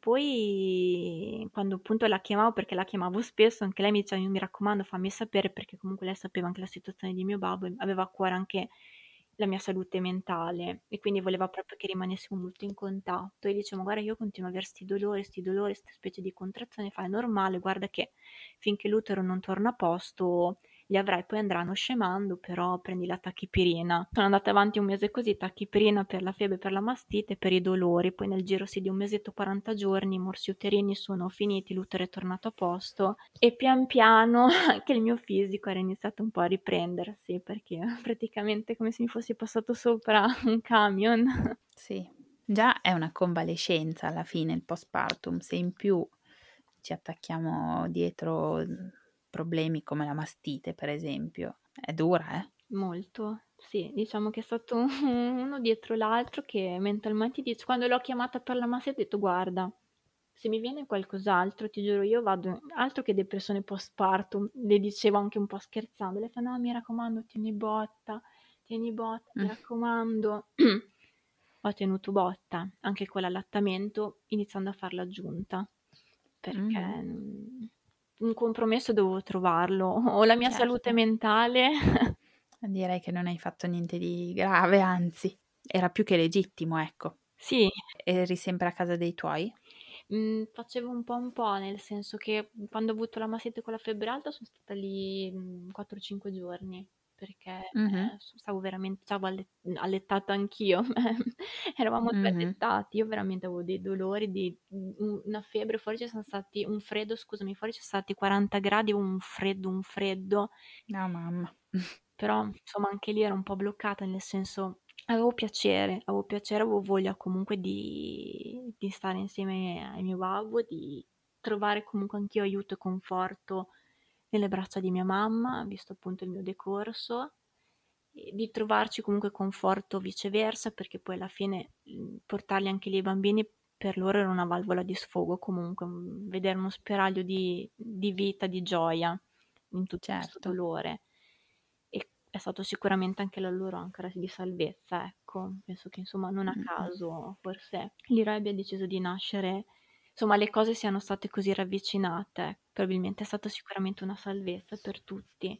poi quando appunto la chiamavo, perché la chiamavo spesso, anche lei mi diceva: "Mi raccomando, fammi sapere", perché comunque lei sapeva anche la situazione di mio babbo e aveva a cuore anche la mia salute mentale e quindi voleva proprio che rimanessimo molto in contatto e dicevo: "Guarda, io continuo a aver 'sti dolori, 'ste specie di contrazioni", fa: "È normale, guarda che finché l'utero non torna a posto li avrai, poi andranno scemando, però prendi la tachipirina". Sono andata avanti 1 mese così, tachipirina per la febbre, per la mastite, per i dolori, poi nel giro sì di 1 mesetto, 40 giorni, i morsi uterini sono finiti, l'utero è tornato a posto e pian piano anche il mio fisico era iniziato un po' a riprendersi, perché praticamente è come se mi fosse passato sopra un camion. Sì, già è una convalescenza alla fine il postpartum, se in più ci attacchiamo dietro problemi come la mastite, per esempio, è dura, eh? Molto, sì, diciamo che è stato uno dietro l'altro che mentalmente dice quando l'ho chiamata per la massetta ho detto: "Guarda, se mi viene qualcos'altro ti giuro io vado altro che depressione postpartum", le dicevo anche un po' scherzando. Lei fa: "No, mi raccomando tieni botta, mi Mm, raccomando". Ho tenuto botta, anche con l'allattamento, iniziando a far l'aggiunta, perché, mhm, un compromesso dovevo trovarlo. O la mia salute certo, mentale. direi che non hai fatto niente di grave, anzi, era più che legittimo, ecco. Sì, Eri sempre a casa dei tuoi? facevo un po', nel senso che quando ho avuto la mastite con la febbre alta son stata lì, 4, 5 giorni, perché, Mhm, stavo veramente stavo allettata anch'io. Eravamo 2 mhm. allettati. Io veramente avevo dei dolori, una febbre, fuori ci son stati un freddo, scusami, fuori ci son stati 40 gradi, un freddo. No, mamma. Però insomma anche lì ero un po' bloccata, nel senso avevo piacere, avevo voglia comunque di stare insieme a mio babbo, di trovare comunque anch'io aiuto e conforto nelle braccia di mia mamma, visto appunto il mio decorso, e di trovarci comunque conforto viceversa, perché poi alla fine, portarli anche lì i bambini per loro era una valvola di sfogo comunque, vedere uno spiraglio di vita, di gioia in tutto questo Certo. dolore. E è stato sicuramente anche la loro ancora di salvezza, ecco. Penso che insomma non a Mm-mm. caso forse Leroy abbia deciso di nascere, insomma le cose siano state così ravvicinate. Probabilmente è stata sicuramente una salvezza per tutti.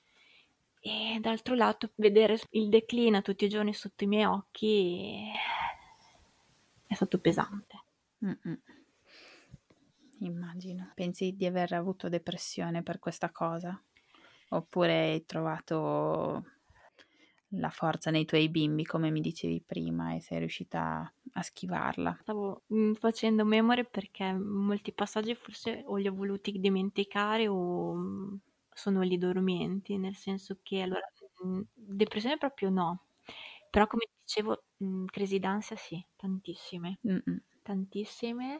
E d'altro lato vedere il declino tutti i giorni sotto i miei occhi è stato pesante. Mm-mm. Immagino. Pensi di aver avuto depressione per questa cosa? Oppure hai trovato la forza nei tuoi bimbi, come mi dicevi prima, e sei riuscita a schivarla? Stavo, facendo memoria perché molti passaggi forse o li ho voluti dimenticare o, sono lì dormienti, nel senso che allora, depressione proprio no, però come ti dicevo, crisi d'ansia sì, tantissime, Mm-mm. tantissime,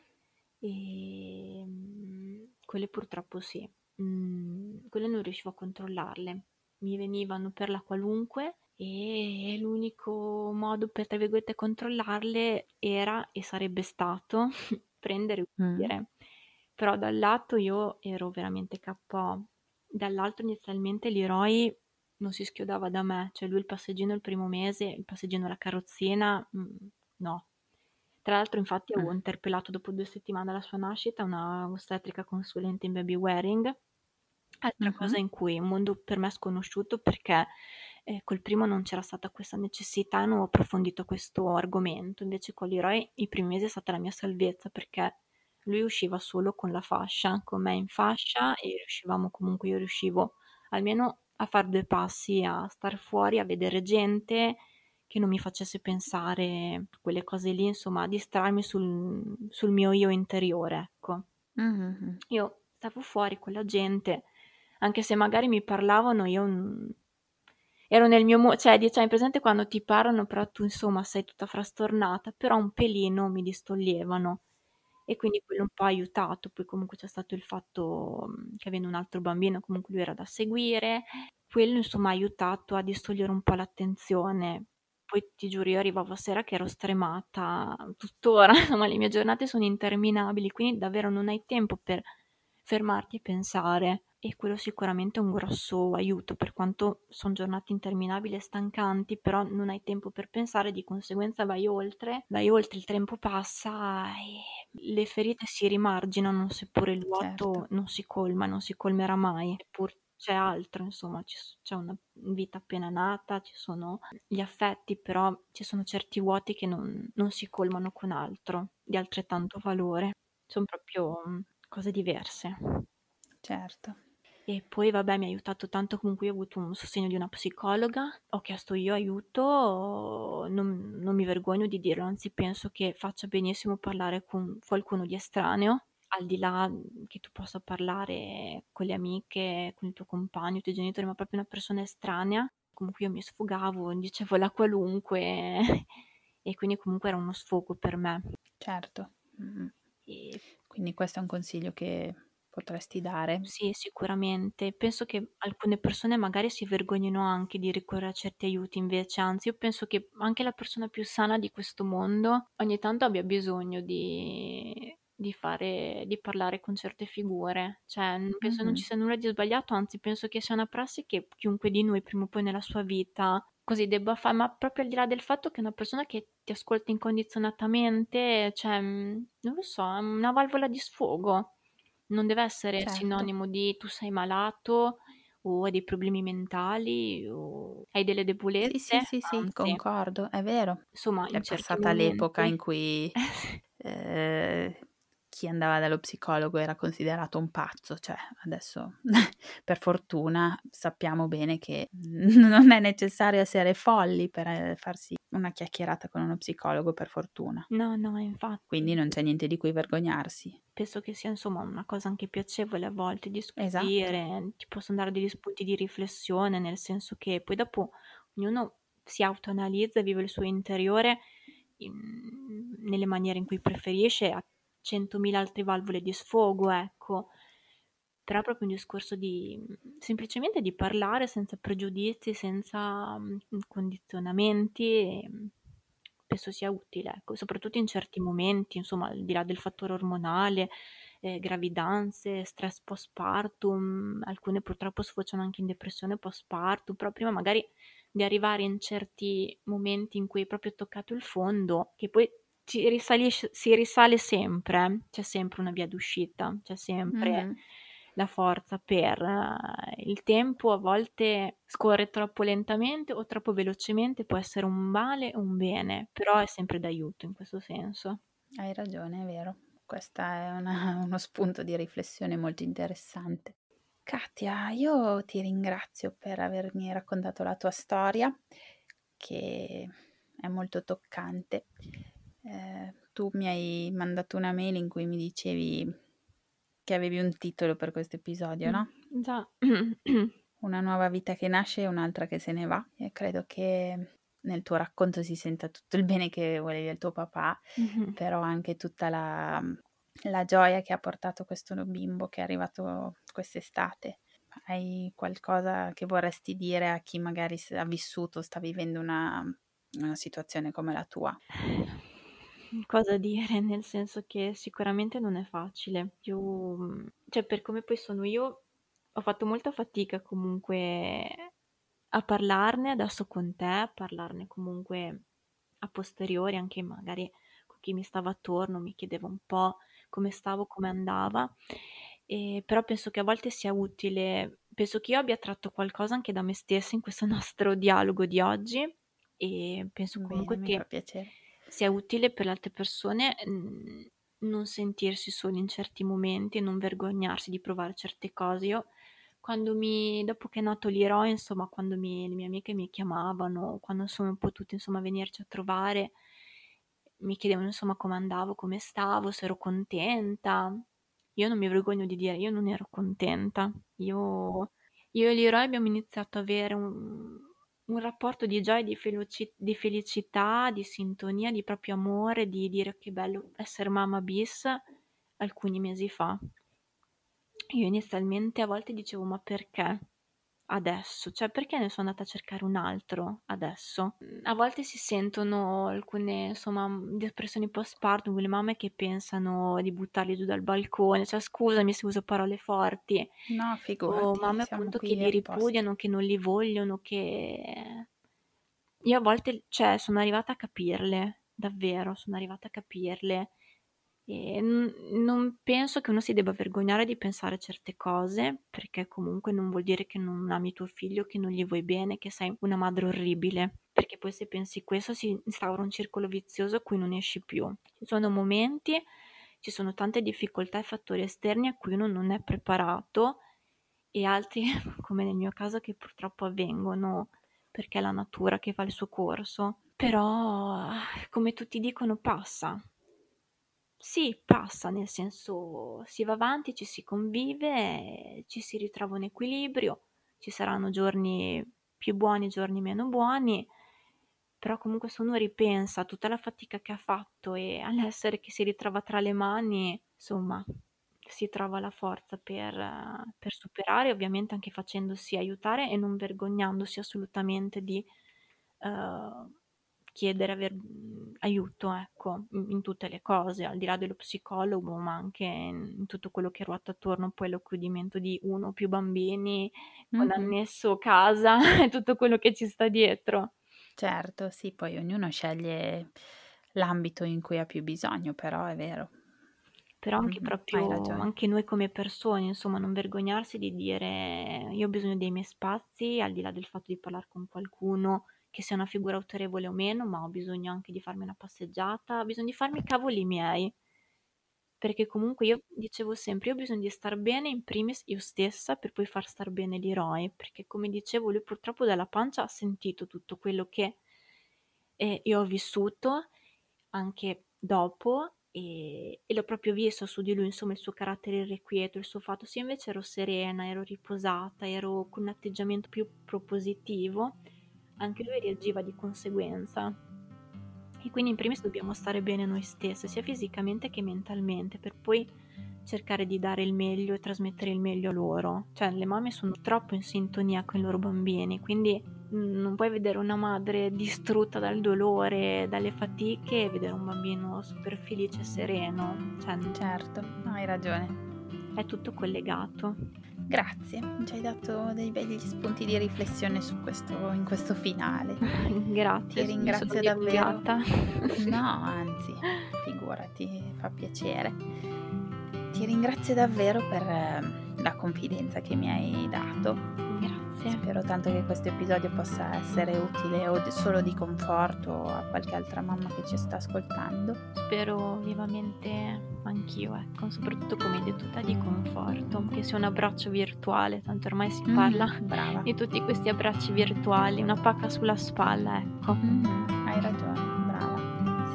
quelle purtroppo sì. Quelle non riuscivo a controllarle. Mi venivano per la qualunque e l'unico modo per, tra virgolette, "controllarle" era e sarebbe stato prendere e Mm. uscire. Però dal lato io ero veramente KO. dall'altro inizialmente Leroy non si schiodava da me, cioè lui il passeggino il primo mese, il passeggino alla carrozzina, no. Tra l'altro infatti avevo interpellato dopo 2 settimane dalla sua nascita una ostetrica consulente in baby wearing, altra cosa in cui un mondo per me sconosciuto perché col primo non c'era stata questa necessità e non ho approfondito questo argomento, invece con Leroy i primi mesi è stata la mia salvezza perché lui usciva solo con la fascia, con me in fascia e io riuscivo almeno a far 2 passi, a star fuori, a vedere gente che non mi facesse pensare quelle cose lì, insomma, a distrarmi sul mio io interiore, ecco. Io stavo fuori con la gente, anche se magari mi parlavano, io ero nel mio cioè hai presente quando ti parlano però tu insomma sei tutta frastornata, però un pelino mi distoglievano e quindi quello un po' ha aiutato. Poi comunque c'è stato il fatto che avendo un altro bambino comunque lui era da seguire, quello insomma ha aiutato a distogliere un po' l'attenzione. Poi ti giuro, io arrivavo a sera che ero stremata, tuttora, insomma le mie giornate sono interminabili, quindi davvero non hai tempo per fermarti e pensare. E quello sicuramente è un grosso aiuto, per quanto sono giornate interminabili e stancanti, però non hai tempo per pensare, di conseguenza vai oltre, il tempo passa e le ferite si rimarginano, seppure il vuoto non si colma, non si colmerà mai, eppur c'è altro, insomma, c'è una vita appena nata, ci sono gli affetti, però ci sono certi vuoti che non si colmano con altro di altrettanto valore, sono proprio cose diverse. Certo. E poi vabbè mi ha aiutato tanto, comunque io ho avuto un sostegno di una psicologa, ho chiesto io aiuto, non mi vergogno di dirlo, anzi penso che faccia benissimo parlare con qualcuno di estraneo, al di là che tu possa parlare con le amiche, con il tuo compagno, i tuoi genitori, ma proprio una persona estranea. Comunque io mi sfogavo, dicevo la qualunque e quindi comunque era uno sfogo per me. Certo. E Quindi questo è un consiglio che potresti dare? sì, sicuramente. Penso che alcune persone magari si vergognino anche di ricorrere a certi aiuti, invece, anzi, io penso che anche la persona più sana di questo mondo ogni tanto abbia bisogno di parlare con certe figure. Cioè, non penso non ci sia nulla di sbagliato, anzi, penso che sia una prassi che chiunque di noi prima o poi nella sua vita così debba fare, ma proprio al di là del fatto che è una persona che ti ascolta incondizionatamente, cioè, non lo so, è una valvola di sfogo. Non deve essere Certo. sinonimo di tu sei malato o hai dei problemi mentali o hai delle debolezze, Sì, anzi, concordo, è vero. insomma, È in certi passata l'epoca in momenti cui chi andava dallo psicologo era considerato un pazzo, cioè adesso per fortuna sappiamo bene che non è necessario essere folli per farsi una chiacchierata con uno psicologo, per fortuna. No, infatti. Quindi non c'è niente di cui vergognarsi. Penso che sia insomma una cosa anche piacevole a volte Esatto. discutere, ti possono dare degli spunti di riflessione, nel senso che poi dopo ognuno si autoanalizza e vive il suo interiore nelle maniere in cui preferisce, ha 100.000 altre valvole di sfogo, ecco. Però è proprio un discorso di semplicemente di parlare senza pregiudizi, senza condizionamenti, e penso sia utile, ecco, soprattutto in certi momenti, insomma, al di là del fattore ormonale, gravidanze, stress postpartum, alcune purtroppo sfociano anche in depressione postpartum, però prima magari di arrivare in certi momenti in cui hai proprio toccato il fondo, che poi si risale sempre, c'è sempre una via d'uscita, c'è sempre la forza per il tempo a volte scorre troppo lentamente o troppo velocemente, può essere un male o un bene, però è sempre d'aiuto in questo senso. Hai ragione, è vero. Questo è uno spunto di riflessione molto interessante. Katia, io ti ringrazio per avermi raccontato la tua storia, che è molto toccante. Tu mi hai mandato una mail in cui mi dicevi che avevi un titolo per questo episodio, no? Già. Una nuova vita che nasce e un'altra che se ne va. E credo che nel tuo racconto si senta tutto il bene che volevi al tuo papà, però anche tutta la gioia che ha portato questo bimbo che è arrivato quest'estate. Hai qualcosa che vorresti dire a chi magari ha vissuto, sta vivendo una situazione come la tua? Cosa dire? Nel senso che sicuramente non è facile. Cioè, per come poi sono io, ho fatto molta fatica comunque a parlarne adesso con te, a parlarne comunque a posteriori, anche magari con chi mi stava attorno, mi chiedeva un po' come stavo, come andava, però penso che a volte sia utile, penso che io abbia tratto qualcosa anche da me stessa in questo nostro dialogo di oggi e penso comunque Bene, mi fa che piacere. sia utile per le altre persone non sentirsi soli in certi momenti e non vergognarsi di provare certe cose. Io dopo che è nato Leroy, insomma, quando le mie amiche mi chiamavano, quando sono potute, insomma, venirci a trovare, mi chiedevano, insomma, come andavo, come stavo, se ero contenta. Io non mi vergogno di dire, io non ero contenta. Io e Leroy abbiamo iniziato ad avere un rapporto di gioia, di felicità, di sintonia, di proprio amore, di dire che bello essere mamma bis alcuni mesi fa. Io inizialmente a volte dicevo, ma perché adesso? Cioè, perché ne sono andata a cercare un altro adesso? A volte si sentono alcune, insomma, depressioni postpartum, quelle mamme che pensano di buttarli giù dal balcone, cioè scusami se uso parole forti, No, o figurati, mamme siamo appunto che qui li apposta. ripudiano, che non li vogliono, che... Io a volte, cioè, sono arrivata a capirle, davvero, sono arrivata a capirle. E non penso che uno si debba vergognare di pensare certe cose, perché comunque non vuol dire che non ami tuo figlio, che non gli vuoi bene, che sei una madre orribile, perché poi se pensi questo si instaura un circolo vizioso a cui non esci più. Ci sono momenti, ci sono tante difficoltà e fattori esterni a cui uno non è preparato e altri, come nel mio caso, che purtroppo avvengono perché è la natura che fa il suo corso. Però, come tutti dicono, passa. Sì, passa, nel senso si va avanti, ci si convive, ci si ritrova un equilibrio, ci saranno giorni più buoni, giorni meno buoni, però comunque se uno ripensa a tutta la fatica che ha fatto e all'essere che si ritrova tra le mani, insomma, si trova la forza per superare, ovviamente anche facendosi aiutare e non vergognandosi assolutamente di chiedere aiuto, ecco, in tutte le cose, al di là dello psicologo, ma anche in tutto quello che ruota attorno poi all'accudimento di uno o più bambini, con annesso casa e tutto quello che ci sta dietro. Certo, sì, poi ognuno sceglie l'ambito in cui ha più bisogno, però è vero. Però anche Hai proprio, ragione. anche noi come persone, insomma, non vergognarsi di dire io ho bisogno dei miei spazi, al di là del fatto di parlare con qualcuno, che sia una figura autorevole o meno, ma ho bisogno anche di farmi una passeggiata, ho bisogno di farmi i cavoli miei. Perché comunque io dicevo sempre, io ho bisogno di star bene in primis io stessa per poi far star bene Leroy, perché come dicevo lui purtroppo dalla pancia ha sentito tutto quello che io ho vissuto anche dopo e l'ho proprio visto su di lui, insomma il suo carattere irrequieto, il suo fatto, se io invece ero serena, ero riposata, ero con un atteggiamento più propositivo, anche lui reagiva di conseguenza. E quindi in primis dobbiamo stare bene noi stesse, sia fisicamente che mentalmente, per poi cercare di dare il meglio e trasmettere il meglio a loro. Cioè, le mamme sono troppo in sintonia con i loro bambini, quindi non puoi vedere una madre distrutta dal dolore, dalle fatiche e vedere un bambino super felice e sereno. Cioè, Certo, hai ragione. è tutto collegato. Grazie, ci hai dato dei begli spunti di riflessione in questo finale. Grazie, Ti ringrazio sono davvero. dilungata. No, anzi, figurati, fa piacere. Ti ringrazio davvero per la confidenza che mi hai dato. Grazie. Spero tanto che questo episodio possa essere utile o solo di conforto a qualche altra mamma che ci sta ascoltando. Spero vivamente anch'io, ecco, soprattutto come hai detto te di conforto, che sia un abbraccio virtuale, tanto ormai si parla Brava. di tutti questi abbracci virtuali, una pacca sulla spalla, ecco. Hai ragione, brava.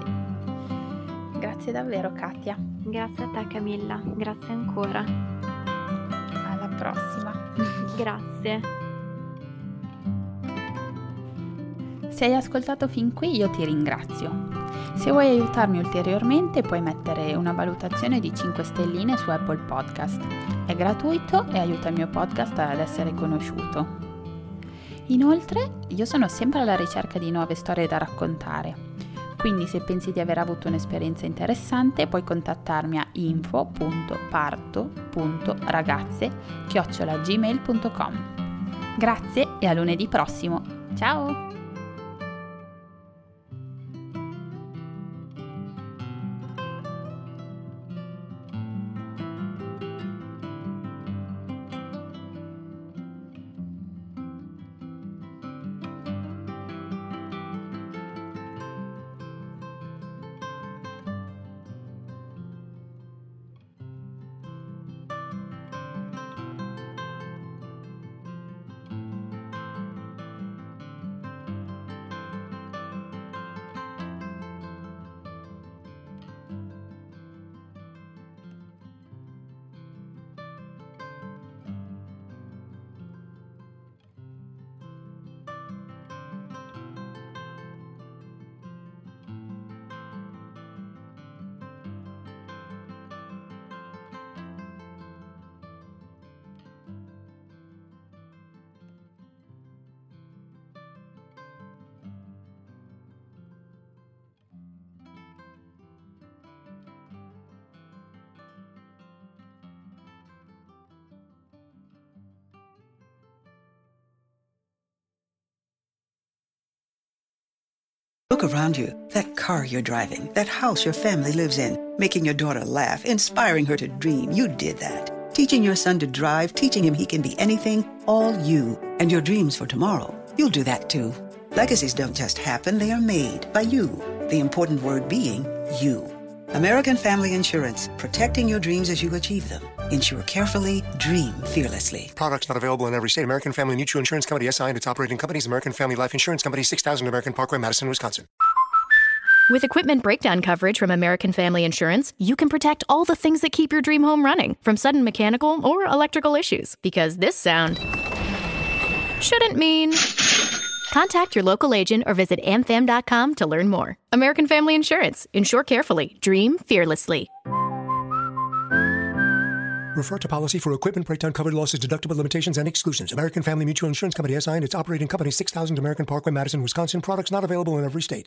Sì. Grazie davvero, Katia. Grazie a te Camilla, grazie ancora. Alla prossima. Grazie. Se hai ascoltato fin qui io ti ringrazio. Se vuoi aiutarmi ulteriormente puoi mettere una valutazione di 5 stelline su Apple Podcast. È gratuito e aiuta il mio podcast ad essere conosciuto. Inoltre io sono sempre alla ricerca di nuove storie da raccontare. Quindi se pensi di aver avuto un'esperienza interessante puoi contattarmi a info.parto.ragazze@gmail.com. Grazie e a lunedì prossimo. Ciao! Look around you. That car you're driving, that house your family lives in, making your daughter laugh, inspiring her to dream. You did that. Teaching your son to drive, teaching him he can be anything, all you. And your dreams for tomorrow, you'll do that too. Legacies don't just happen, they are made by you. The important word being you. American Family Insurance, protecting your dreams as you achieve them. Insure carefully, dream fearlessly. Products not available in every state. American Family Mutual Insurance Company, SI, and its operating companies. American Family Life Insurance Company, 6000 American Parkway, Madison, Wisconsin. With equipment breakdown coverage from American Family Insurance, you can protect all the things that keep your dream home running, from sudden mechanical or electrical issues. Because this sound shouldn't mean... Contact your local agent or visit amfam.com to learn more. American Family Insurance. Insure carefully. Dream fearlessly. Refer to policy for equipment breakdown covered losses, deductible limitations, and exclusions. American Family Mutual Insurance Company, SI, and its operating company, 6000 American Parkway, Madison, Wisconsin. Products not available in every state.